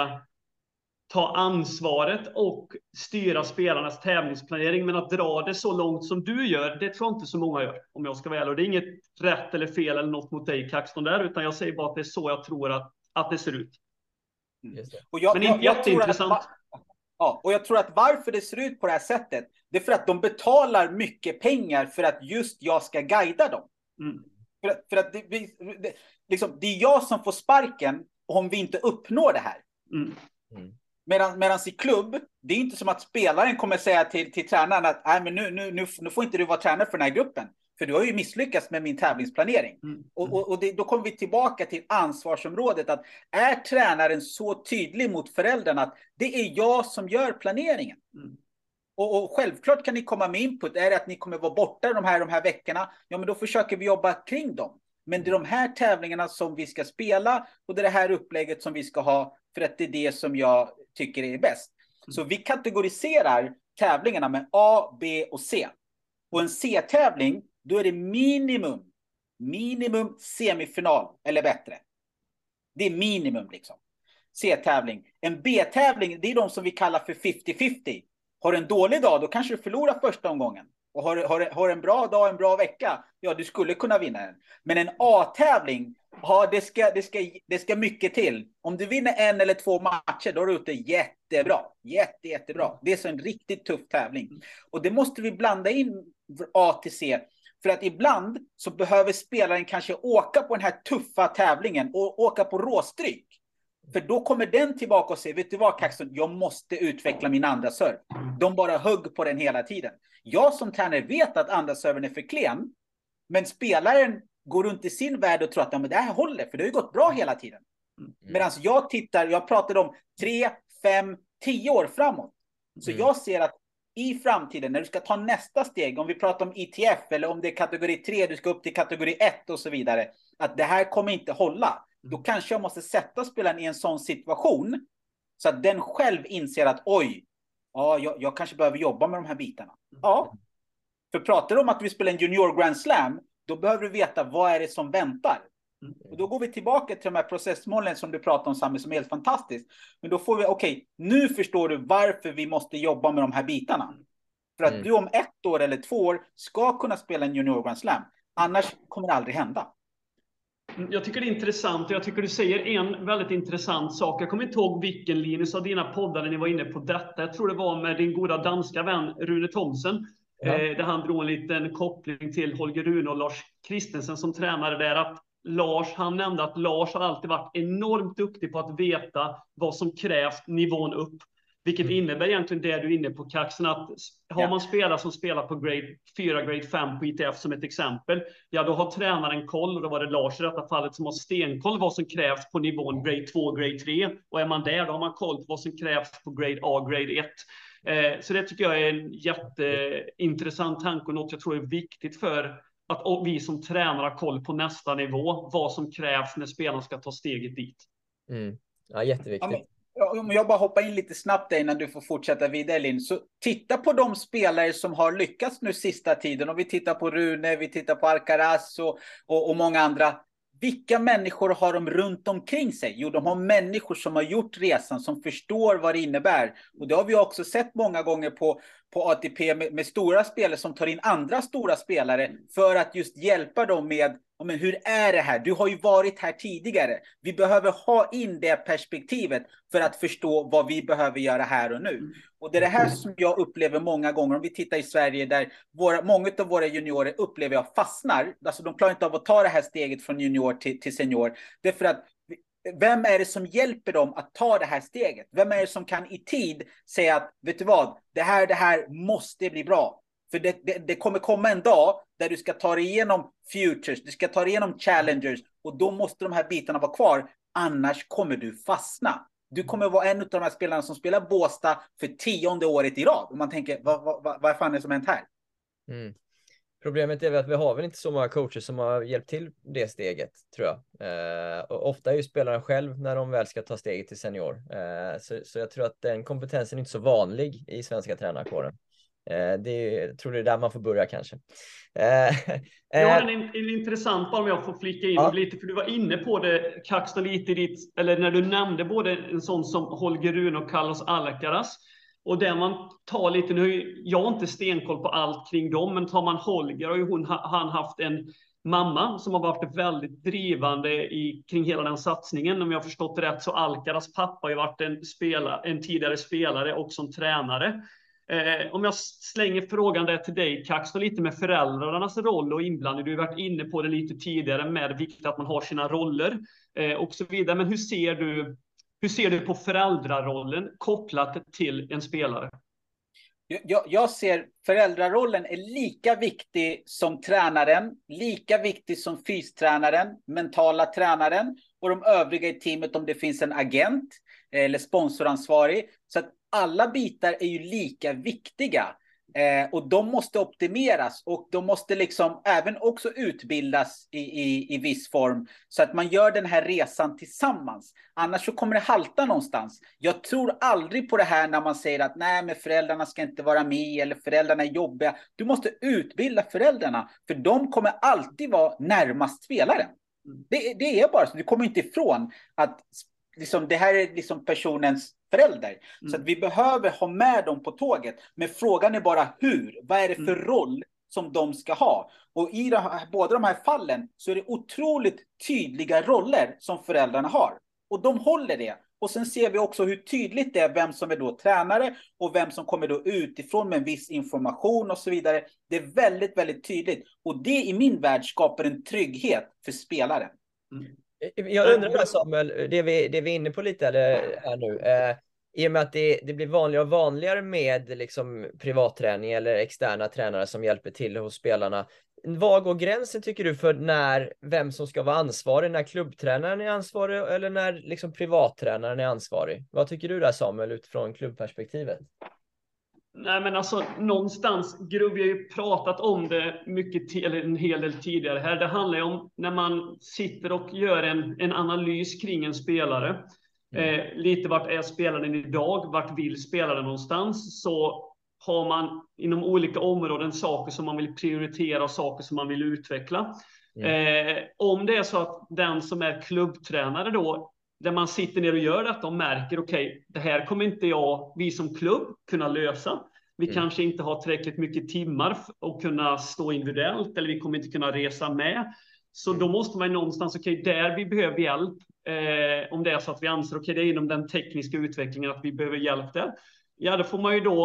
ta ansvaret och styra spelarnas tävlingsplanering, men att dra det så långt som du gör, det tror jag inte så många gör, om jag ska vara ärlig. Och det är inget rätt eller fel eller något mot dig, Kaxton, där, utan jag säger bara att det är så jag tror att det ser ut. Men inte jätteintressant. Och jag tror att varför det ser ut på det här sättet, det är för att de betalar mycket pengar för att just jag ska guida dem. För att det är jag som får sparken om vi inte uppnår det här. Medan i klubb, det är inte som att spelaren kommer säga till tränaren att nej, men nu får inte du vara tränare för den här gruppen. För du har ju misslyckats med min tävlingsplanering. Då kommer vi tillbaka till ansvarsområdet. Att är tränaren så tydlig mot föräldrarna att det är jag som gör planeringen. Och självklart kan ni komma med input. Är det att ni kommer vara borta de här veckorna? Ja, men då försöker vi jobba kring dem. Men det är de här tävlingarna som vi ska spela. Och det är det här upplägget som vi ska ha. För att det är det som jag tycker är bäst. Så vi kategoriserar tävlingarna med A, B och C. Och en C-tävling, då är det minimum semifinal eller bättre. Det är minimum liksom. C-tävling. En B-tävling, det är de som vi kallar för 50-50. Har du en dålig dag, då kanske du förlorar första omgången. Och har en bra dag, en bra vecka, ja, du skulle kunna vinna den. Men en A-tävling, det ska mycket till. Om du vinner 1 eller 2 matcher, då är du ute jättebra. Jättebra. Det är så en riktigt tuff tävling. Och det måste vi blanda in A till C. För att ibland så behöver spelaren kanske åka på den här tuffa tävlingen och åka på råstryk. För då kommer den tillbaka och säger, vet du vad, Kaxton, jag måste utveckla min andra serv. De bara hugg på den hela tiden. Jag som tränare vet att andra serven är för klen. Men spelaren går runt i sin värld och tror att men det här håller, för det har ju gått bra hela tiden. Medan jag pratade om 3, 5, 10 år framåt. Så jag ser att i framtiden, när du ska ta nästa steg, om vi pratar om ITF eller om det är kategori 3, du ska upp till kategori 1 och så vidare, att det här kommer inte hålla. Då kanske jag måste sätta spelaren i en sån situation så att den själv inser att jag kanske behöver jobba med de här bitarna. Ja, för pratar du om att vi spelar en junior Grand Slam, då behöver du veta vad är det som väntar. Och då går vi tillbaka till de här processmålen som du pratar om, Sami, som är helt fantastiskt. Men då får vi, nu förstår du varför vi måste jobba med de här bitarna. För att du om 1 år eller 2 år ska kunna spela en junior Grand Slam. Annars kommer det aldrig hända. Jag tycker det är intressant, och jag tycker du säger en väldigt intressant sak. Jag kommer inte ihåg vilken, Linus, av dina poddar när ni var inne på detta. Jag tror det var med din goda danska vän Rune Thomsen. Ja. Där han drog en liten koppling till Holger Rune och Lars Christensen som tränare där. Att han nämnde att Lars har alltid varit enormt duktig på att veta vad som krävs nivån upp. Vilket innebär egentligen det du är inne på, Kaxen, att har man spelare som spelar på grade 4, grade 5 på ITF som ett exempel, ja då har tränaren koll, och då var det Lars i detta fallet som har stenkoll vad som krävs på nivån grade 2, grade 3, och är man där då har man koll på vad som krävs på grade A, grade 1. Så det tycker jag är en jätteintressant tanke och något jag tror är viktigt för att vi som tränare har koll på nästa nivå, vad som krävs när spelarna ska ta steget dit. Ja, jätteviktigt. Om jag bara hoppar in lite snabbt innan du får fortsätta vidare, Linn. Så titta på de spelare som har lyckats nu sista tiden. Om vi tittar på Rune, vi tittar på Alcaraz och många andra. Vilka människor har de runt omkring sig? Jo, de har människor som har gjort resan, som förstår vad det innebär. Och det har vi också sett många gånger på ATP med stora spelare som tar in andra stora spelare för att just hjälpa dem med, men hur är det här? Du har ju varit här tidigare. Vi behöver ha in det perspektivet för att förstå vad vi behöver göra här och nu. Och det är det här som jag upplever många gånger om vi tittar i Sverige, där många av våra juniorer upplever jag fastnar. Alltså de klarar inte av att ta det här steget från junior till senior. Det är för att vem är det som hjälper dem att ta det här steget? Vem är det som kan i tid säga att, vet du vad, det här måste bli bra. För det kommer komma en dag där du ska ta dig igenom futures, du ska ta dig igenom challengers, och då måste de här bitarna vara kvar. Annars kommer du fastna. Du kommer vara en av de här spelarna som spelar Båstad för 10:e året i rad. Och man tänker, vad fan är det som hänt här? Problemet är väl att vi har väl inte så många coacher som har hjälpt till det steget, tror jag. Och ofta är ju spelarna själv när de väl ska ta steget till senior. Så jag tror att den kompetensen är inte så vanlig i svenska tränarkåren. Jag tror det är där man får börja kanske. Jag har en intressant, bara om jag får flika in lite, för du var inne på det, Kaxton, lite i ditt, eller när du nämnde både en sån som Holger Rune och Carlos Alcaraz. Och där man tar lite, nu jag har inte stenkoll på allt kring dem, men tar man Holger, har ju han haft en mamma som har varit väldigt drivande kring hela den satsningen. Om jag har förstått det rätt så Alcaraz pappa har ju varit en tidigare spelare och som tränare. Om jag slänger frågan där till dig, Kaxton, lite med föräldrarnas roll och inblandning. Du har varit inne på det lite tidigare med vikten att man har sina roller och så vidare. Men hur ser du på föräldrarollen kopplat till en spelare? Jag ser föräldrarollen är lika viktig som tränaren, lika viktig som fystränaren, mentala tränaren och de övriga i teamet om det finns en agent eller sponsoransvarig. Så att alla bitar är ju lika viktiga. Och de måste optimeras och de måste liksom även också utbildas i viss form så att man gör den här resan tillsammans. Annars så kommer det halta någonstans. Jag tror aldrig på det här när man säger att nej, men föräldrarna ska inte vara med eller föräldrarna är jobbiga. Du måste utbilda föräldrarna, för de kommer alltid vara närmast spelaren. Det är bara så. Du kommer inte ifrån att liksom, det här är liksom personens förälder. Så att vi behöver ha med dem på tåget. Men frågan är bara hur. Vad är det för roll som de ska ha? Och i båda de här fallen så är det otroligt tydliga roller som föräldrarna har. Och de håller det. Och sen ser vi också hur tydligt det är vem som är då tränare och vem som kommer då utifrån med en viss information och så vidare. Det är väldigt, väldigt tydligt. Och det i min värld skapar en trygghet för spelaren. Jag undrar, Samuel, det vi är inne på lite här nu. I och med att det blir vanligare och vanligare med liksom privatträning eller externa tränare som hjälper till hos spelarna. Var går gränsen, tycker du, för vem som ska vara ansvarig? När klubbtränaren är ansvarig eller när liksom privattränaren är ansvarig? Vad tycker du där, Samuel, utifrån klubbperspektivet? Nej, men alltså någonstans, vi har ju pratat om det mycket, eller en hel del tidigare här. Det handlar ju om när man sitter och gör en analys kring en spelare. Lite vart är spelaren idag, vart vill spelaren någonstans, så har man inom olika områden saker som man vill prioritera och saker som man vill utveckla. Om det är så att den som är klubbtränare då, där man sitter ner och gör detta och märker okej, det här kommer inte vi som klubb kunna lösa. Vi kanske inte har tillräckligt mycket timmar och kunna stå individuellt, eller vi kommer inte kunna resa med. Så då måste man någonstans, där vi behöver hjälp. Om det är så att vi anser, det är inom den tekniska utvecklingen att vi behöver hjälp där. Ja, då får man ju då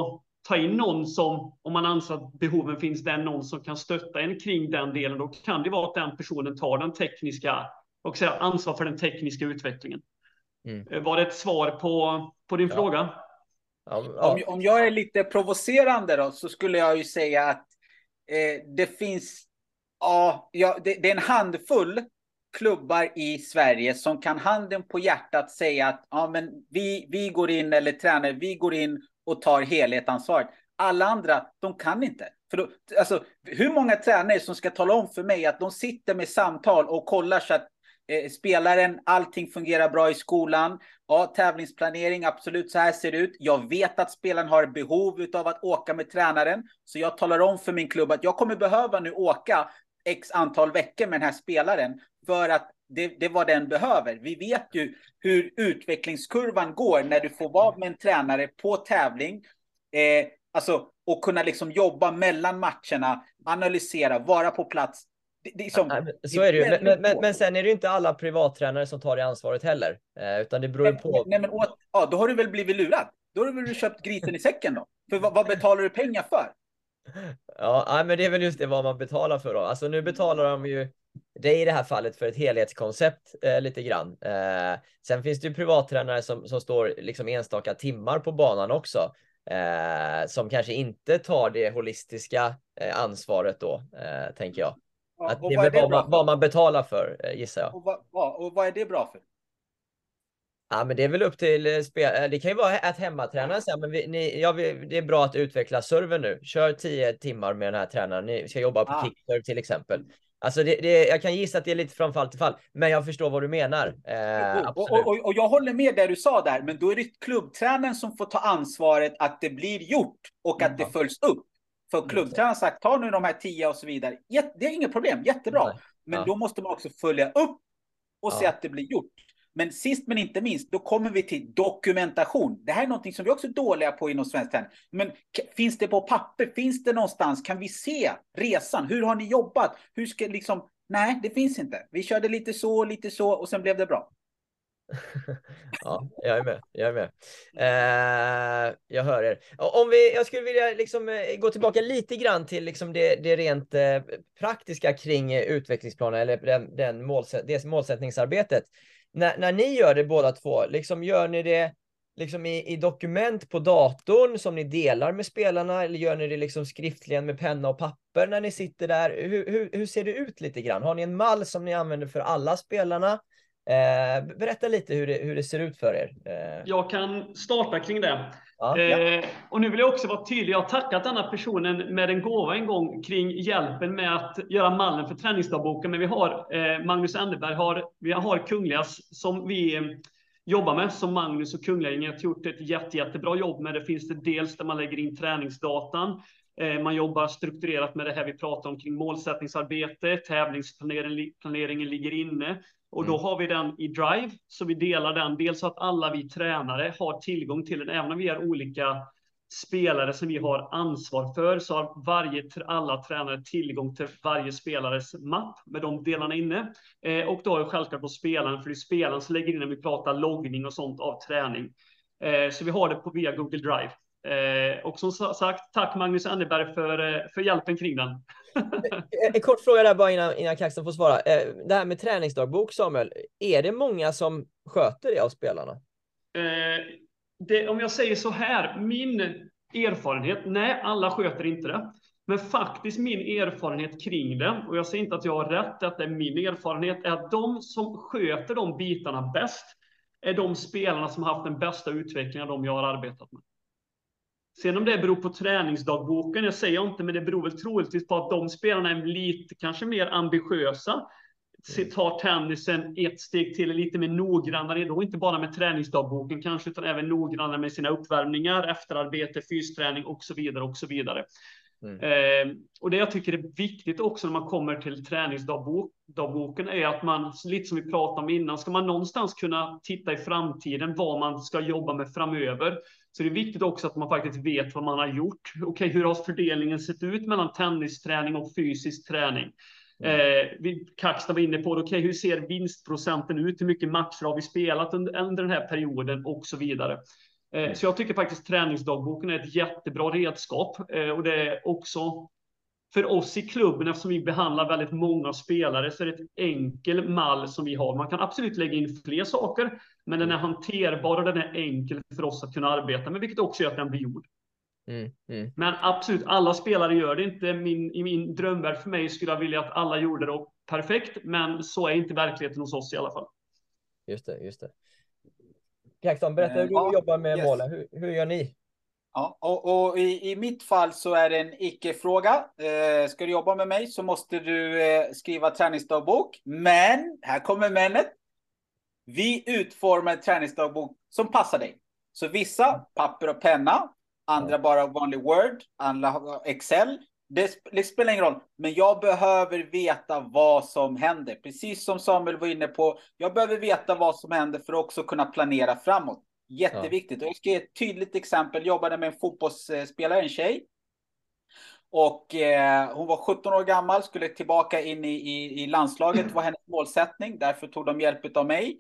ta in någon som, om man anser att behoven finns, där någon som kan stötta en kring den delen, då kan det vara att den personen tar den tekniska och ansvar för den tekniska utvecklingen. Var det ett svar på din fråga? Ja. Om jag är lite provocerande då, så skulle jag ju säga att det finns det är en handfull klubbar i Sverige som kan handen på hjärtat säga att men vi går in, eller tränare, vi går in och tar helhetsansvaret. Alla andra, de kan inte. För då, alltså, hur många tränare som ska tala om för mig att de sitter med samtal och kollar så att spelaren, allting fungerar bra i skolan. Ja, tävlingsplanering, absolut, så här ser det ut. Jag vet att spelaren har behov av att åka med tränaren. Så jag talar om för min klubb att jag kommer behöva nu åka x antal veckor med den här spelaren. För att det är vad den behöver. Vi vet ju hur utvecklingskurvan går när du får vara med en tränare på tävling. Alltså, och kunna liksom jobba mellan matcherna, analysera, vara på plats. Så är det ju. Men sen är det ju inte alla privattränare som tar det ansvaret heller. Utan det beror ju på... Då har du väl blivit lurad. Då har du väl köpt grisen i säcken då. För vad betalar du pengar för? Ja, men det är väl just det vad man betalar för då. Alltså nu betalar de ju det i det här fallet för ett helhetskoncept lite grann. Sen finns det ju privattränare som står liksom enstaka timmar på banan också. Som kanske inte tar det holistiska ansvaret då, tänker jag. Att det är vad man betalar för, gissar jag. Och vad är det bra för? Ja, men det är väl upp till det kan ju vara att hemmatränaren säger, men det är bra att utveckla server nu. Kör 10 timmar med den här tränaren. Ni ska jobba på kickserve till exempel. Alltså jag kan gissa att det är lite från fall till fall, men jag förstår vad du menar. Och jag håller med det du sa där, men då är det klubbtränaren som får ta ansvaret att det blir gjort och att det följs upp. För klubbtränaren har sagt, ta nu de här 10 och så vidare. Det är inget problem, jättebra. Men då måste man också följa upp och se att det blir gjort. Men sist men inte minst, då kommer vi till dokumentation. Det här är någonting som vi också är dåliga på inom svensk träning. Men finns det på papper? Finns det någonstans? Kan vi se resan? Hur har ni jobbat? Hur ska liksom... Nej, det finns inte. Vi körde lite så och sen blev det bra. Ja, jag är med. Jag hör er. Jag skulle vilja liksom gå tillbaka lite grann till liksom det rent praktiska kring utvecklingsplanen eller det målsättningsarbetet. När ni gör det båda två, liksom gör ni det liksom i dokument på datorn som ni delar med spelarna, eller gör ni det liksom skriftligen med penna och papper när ni sitter där? Hur ser det ut lite grann? Har ni en mall som ni använder för alla spelarna? Berätta lite hur det ser ut för er. Jag kan starta kring det. Ja. Och nu vill jag också vara tydlig. Jag har tackat denna personen med en gåva en gång kring hjälpen med att göra mallen för träningsdagboken. Men vi har Magnus Anderberg, vi har Kungligas som vi jobbar med, som Magnus och Kungliga har gjort ett jättebra jobb med. Det finns det dels där man lägger in träningsdatan. Man jobbar strukturerat med det här vi pratar om kring målsättningsarbete. Tävlingsplaneringen ligger inne. Och då har vi den i Drive, så vi delar den. Dels så att alla vi tränare har tillgång till den. Även om vi är olika spelare som vi har ansvar för, så har alla tränare tillgång till varje spelares mapp med de delarna inne. Och då är det självklart på spelaren, för det är spelaren som lägger in när vi pratar loggning och sånt av träning. Så vi har det via Google Drive. Och som sagt, tack Magnus Anderberg för hjälpen kring den. En kort fråga där bara innan Kaxton får svara. Det här med träningsdagbok, Samuel, är det många som sköter det av spelarna? Om jag säger så här, min erfarenhet, nej, alla sköter inte det. Men faktiskt min erfarenhet kring det, och jag säger inte att jag har rätt, att det är min erfarenhet, är att de som sköter de bitarna bäst är de spelarna som har haft den bästa utvecklingen av de jag har arbetat med. Sen om det beror på träningsdagboken, jag säger inte, men det beror väl troligtvis på att de spelarna är lite kanske mer ambitiösa. Tar tennisen ett steg till, lite mer noggrannare, då inte bara med träningsdagboken kanske, utan även noggrannare med sina uppvärmningar, efterarbete, fysträning och så vidare och så vidare. Och det jag tycker är viktigt också när man kommer till träningsdagboken är att man, lite som vi pratade om innan, ska man någonstans kunna titta i framtiden vad man ska jobba med framöver, så det är viktigt också att man faktiskt vet vad man har gjort. Okej, hur har fördelningen sett ut mellan tennisträning och fysisk träning? Kaxton var inne på det. Hur ser vinstprocenten ut? Hur mycket matcher har vi spelat under den här perioden och så vidare. Så jag tycker faktiskt träningsdagboken är ett jättebra redskap. Och det är också för oss i klubben, eftersom vi behandlar väldigt många spelare, så är det ett enkel mall som vi har. Man kan absolut lägga in fler saker, men den är hanterbar och den är enkel för oss att kunna arbeta med, vilket också gör att den blir gjord. Men absolut, alla spelare gör det inte. I min drömvärld för mig skulle jag vilja att alla gjorde det perfekt, men så är inte verkligheten hos oss i alla fall. Just det. Kaxton, berätta hur du jobbar med målen. Hur gör ni? Ja, och i mitt fall så är det en icke-fråga. Ska du jobba med mig så måste du skriva träningsdagbok. Men, här kommer menet. Vi utformar en träningsdagbok som passar dig. Så vissa papper och penna, andra bara vanlig Word, andra Excel. Det spelar ingen roll, men jag behöver veta vad som händer. Precis som Samuel var inne på, jag behöver veta vad som händer för att också kunna planera framåt. Jätteviktigt. Och jag ska ge ett tydligt exempel. Jag jobbade med en fotbollsspelare, en tjej. Och hon var 17 år gammal, skulle tillbaka in i landslaget, var hennes målsättning. Därför tog de hjälp av mig.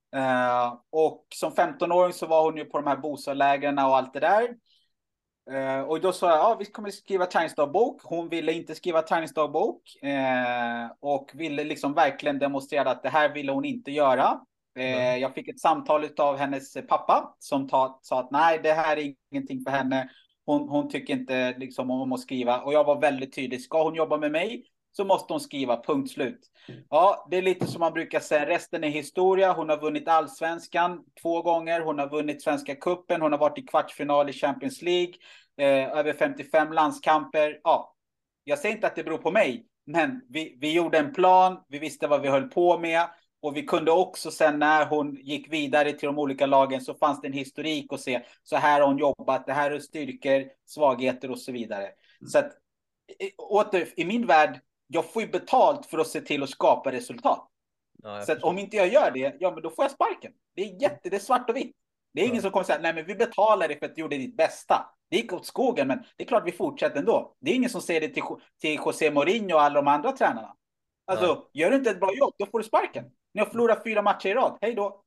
Och som 15-åring så var hon ju på de här bostadslägren och allt det där. Och då sa jag, vi kommer skriva träningsdagbok. Hon ville inte skriva träningsdagbok. Och ville liksom verkligen demonstrera att det här ville hon inte göra. Jag fick ett samtal av hennes pappa som sa att nej, det här är ingenting för henne. Hon tycker inte liksom om att skriva. Och jag var väldigt tydlig. Ska hon jobba med mig så måste hon skriva, punkt slut. Ja, det är lite som man brukar säga. Resten är historia. Hon har vunnit allsvenskan 2 gånger. Hon har vunnit Svenska cupen. Hon har varit i kvartsfinal i Champions League. Över 55 landskamper. Ja, jag säger inte att det beror på mig. Men vi gjorde en plan. Vi visste vad vi höll på med. Och vi kunde också sen när hon gick vidare till de olika lagen så fanns det en historik att se. Så här har hon jobbat, det här är styrkor, svagheter och så vidare. Så att åter, i min värld, jag får ju betalt för att se till att skapa resultat. Så att om inte jag gör det, men då får jag sparken. Det är svart och vitt. Det är ingen som kommer säga, nej men vi betalar dig för att du gjorde ditt bästa. Det gick åt skogen, men det är klart vi fortsätter ändå. Det är ingen som säger det till José Mourinho och alla de andra tränarna. Alltså, gör du inte ett bra jobb, då får du sparken. Ni har förlorat 4 matcher i rad. Hej då.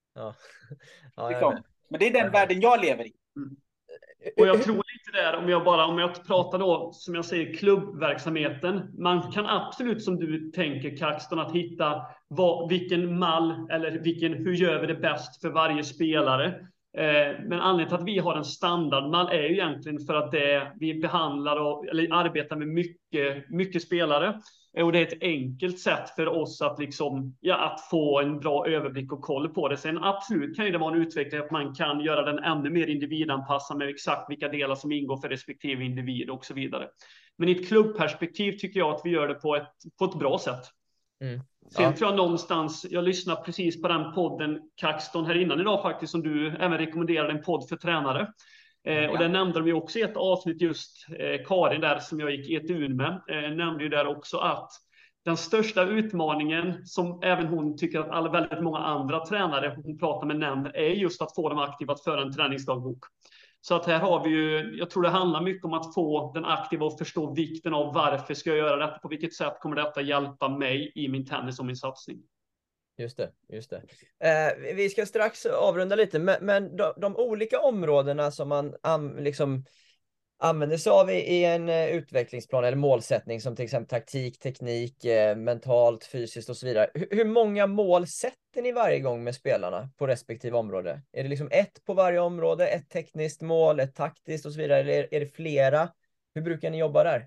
Men det är den världen jag lever i. Och jag tror lite där, om jag pratar då, som jag säger, klubbverksamheten. Man kan absolut, som du tänker, Kaxton, att hitta vilken mall eller hur gör vi det bäst för varje spelare. Men anledningen till att vi har en standardmall är ju egentligen för att vi behandlar eller arbetar med mycket spelare. Och det är ett enkelt sätt för oss att att få en bra överblick och koll på det. Sen absolut kan det vara en utveckling att man kan göra den ännu mer individanpassad med exakt vilka delar som ingår för respektive individ och så vidare. Men i ett klubbperspektiv tycker jag att vi gör det på ett bra sätt. Sen tror jag någonstans, jag lyssnade precis på den podden Kaxton här innan idag faktiskt, som du även rekommenderade, en podd för tränare. Och där nämnde de ju också i ett avsnitt just Karin där som jag gick ETUn med, nämnde ju där också att den största utmaningen som även hon tycker att väldigt många andra tränare hon pratar med nämner är just att få dem aktiva att föra en träningsdagbok. Så att här har vi ju, jag tror det handlar mycket om att få den aktiva att förstå vikten av varför ska jag göra detta, på vilket sätt kommer detta hjälpa mig i min tennis och min satsning. Just det. Vi ska strax avrunda lite, men de olika områdena som man använder sig av i en utvecklingsplan eller målsättning, som till exempel taktik, teknik, mentalt, fysiskt och så vidare. Hur många mål sätter ni varje gång med spelarna på respektive område? Är det ett på varje område, ett tekniskt mål, ett taktiskt och så vidare, eller är det flera? Hur brukar ni jobba där?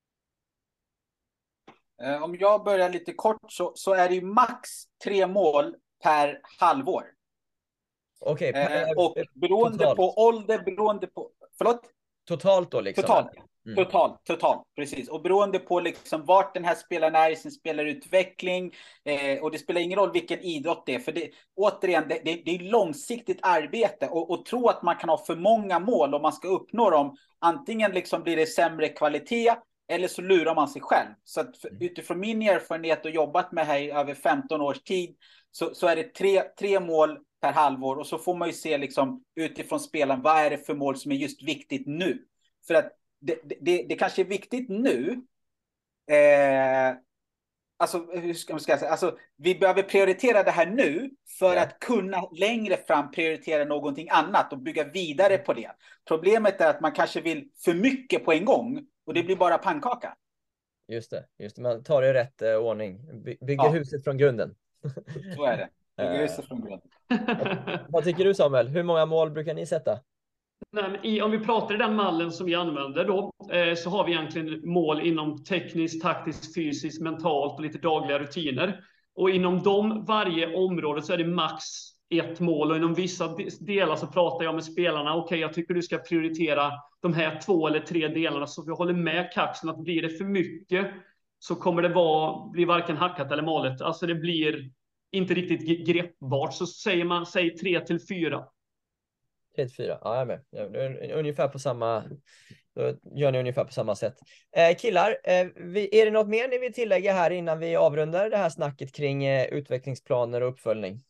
Om jag börjar lite kort så är det ju max 3 mål per halvår. Okej. Och beroende totalt på ålder, förlåt? Totalt då liksom? Totalt, precis. Och beroende på vart den här spelaren är i sin spelarutveckling. Och det spelar ingen roll vilken idrott det är. För det är långsiktigt arbete. Och tro att man kan ha för många mål om man ska uppnå dem. Antingen blir det sämre kvalitet, eller så lurar man sig själv. Så att utifrån min erfarenhet och jobbat med här i över 15 års tid, så är det 3 mål per halvår. Och så får man ju se utifrån spelaren, vad är det för mål som är just viktigt nu? För att det kanske är viktigt nu alltså, hur ska man säga? Alltså, vi behöver prioritera det här nu för att kunna längre fram prioritera någonting annat och bygga vidare på det. Problemet är att man kanske vill för mycket på en gång och det blir bara pannkaka. Just det. Man tar det i rätt ordning. Bygger huset från grunden. Så är det. Bygger huset från grunden. Vad tycker du, Samuel? Hur många mål brukar ni sätta? Nej, om vi pratar i den mallen som vi använder då, så har vi egentligen mål inom tekniskt, taktiskt, fysiskt, mentalt och lite dagliga rutiner. Och inom varje område så är det max 1 mål, och inom vissa delar så pratar jag med spelarna. Okej, jag tycker du ska prioritera de här 2 eller 3 delarna, så vi håller med Kaxen att blir det för mycket så kommer det bli varken hackat eller malet. Alltså det blir inte riktigt greppbart. Så säg 3 till 4. 3-4, ja, jag är med. Ungefär på samma, då gör ni ungefär på samma sätt. Killar, är det något mer ni vill tillägga här innan vi avrundar det här snacket kring utvecklingsplaner och uppföljning?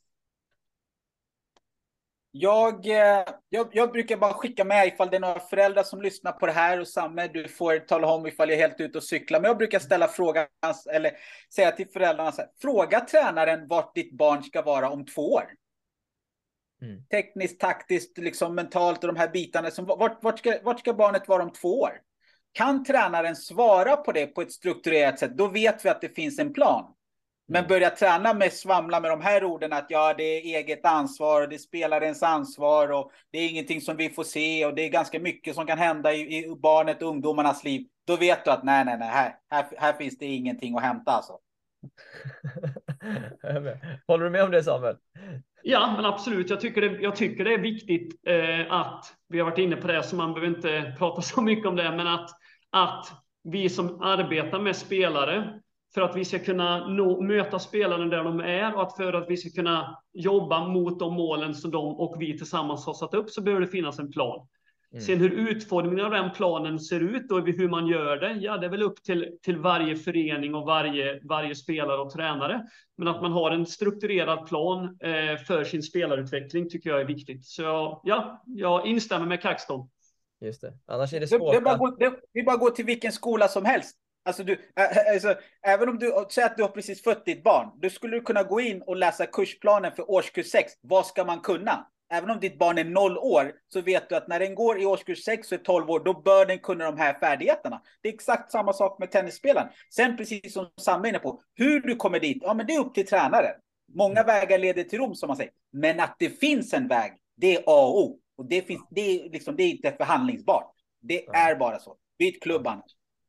Jag brukar bara skicka med ifall det är några föräldrar som lyssnar på det här, och Samme, du får tala om ifall jag är helt ute och cyklar. Men jag brukar ställa frågan, eller säga till föräldrarna så här: fråga tränaren vart ditt barn ska vara om 2 år. Tekniskt, taktiskt, liksom mentalt och de här bitarna. Vart ska barnet vara om 2 år? Kan tränaren svara på det på ett strukturerat sätt, då vet vi att det finns en plan. Men börja träna med svamla med de här orden att det är eget ansvar och det är spelarens ansvar och det är ingenting som vi får se och det är ganska mycket som kan hända i barnet och ungdomarnas liv. Då vet du att nej, här finns det ingenting att hämta alltså. Håller du med om det, Samuel? Ja, men absolut. Jag tycker det är viktigt att vi har varit inne på det, så man behöver inte prata så mycket om det, men att vi som arbetar med spelare, för att vi ska kunna möta spelarna där de är, och att för att vi ska kunna jobba mot de målen som de och vi tillsammans har satt upp, så behöver det finnas en plan. Sen hur utformningen av den planen ser ut och hur man gör det, det är väl upp till varje förening och varje spelare och tränare. Men att man har en strukturerad plan för sin spelarutveckling tycker jag är viktigt. Så jag instämmer med Kaxton. Just det. Annars är det svårt. Vi bara går till vilken skola som helst. Alltså även om du säger att du har precis fött ditt barn, då skulle du kunna gå in och läsa kursplanen för årskurs 6. Vad ska man kunna? Även om ditt barn är 0 år, så vet du att när den går i årskurs 6 och är 12 år, då bör den kunna de här färdigheterna. Det är exakt samma sak med tennisspelaren. Sen precis som Sam är inne på, hur du kommer dit, men det är upp till tränaren. Många vägar leder till Rom, som man säger. Men att det finns en väg, det är A och O. Och det är inte förhandlingsbart. Det är bara så. Byt klubb annars.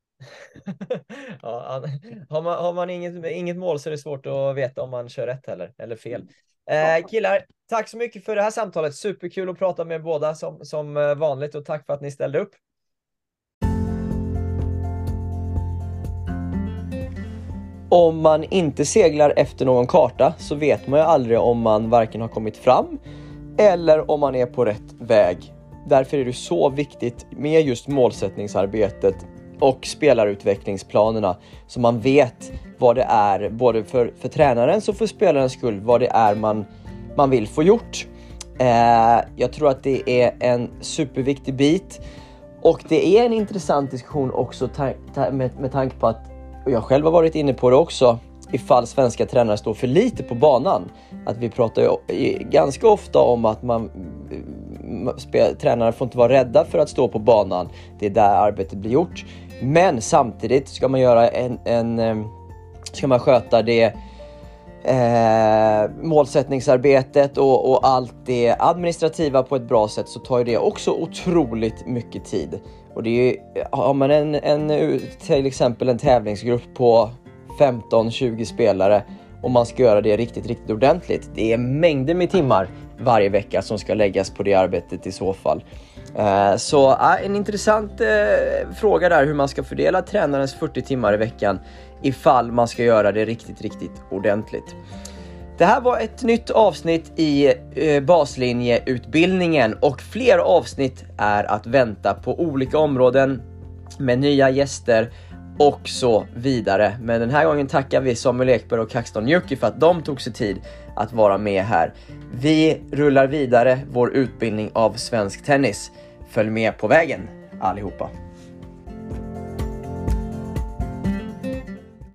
Har man inget mål så är det svårt att veta om man kör rätt eller fel. Killar, tack så mycket för det här samtalet. Superkul att prata med båda som vanligt, och tack för att ni ställde upp. Om man inte seglar efter någon karta så vet man ju aldrig om man varken har kommit fram eller om man är på rätt väg. Därför är det så viktigt med just målsättningsarbetet och spelarutvecklingsplanerna, så man vet vad det är, både för tränarens och för spelarens skull, vad det är man vill få gjort. Jag tror att det är en superviktig bit, och det är en intressant diskussion också med tanke på att, och jag själv har varit inne på det också, ifall svenska tränare står för lite på banan. Att vi pratar ju ganska ofta om att tränare får inte vara rädda för att stå på banan. Det är där arbetet blir gjort. Men samtidigt ska man göra ska man sköta det målsättningsarbetet och allt det administrativa på ett bra sätt, så tar ju det också otroligt mycket tid. Och det är ju, har man till exempel en tävlingsgrupp på 15-20 spelare och man ska göra det riktigt, riktigt ordentligt. Det är mängder med timmar varje vecka som ska läggas på det arbetet i så fall. Så en intressant fråga där, hur man ska fördela tränarens 40 timmar i veckan ifall man ska göra det riktigt, riktigt ordentligt. Det här var ett nytt avsnitt i baslinjeutbildningen, och fler avsnitt är att vänta på olika områden med nya gäster och så vidare. Men den här gången tackar vi Samuel Ekberg och Kaxton Njuki för att de tog sig tid att vara med här. Vi rullar vidare vår utbildning av svensk tennis. Följ med på vägen allihopa.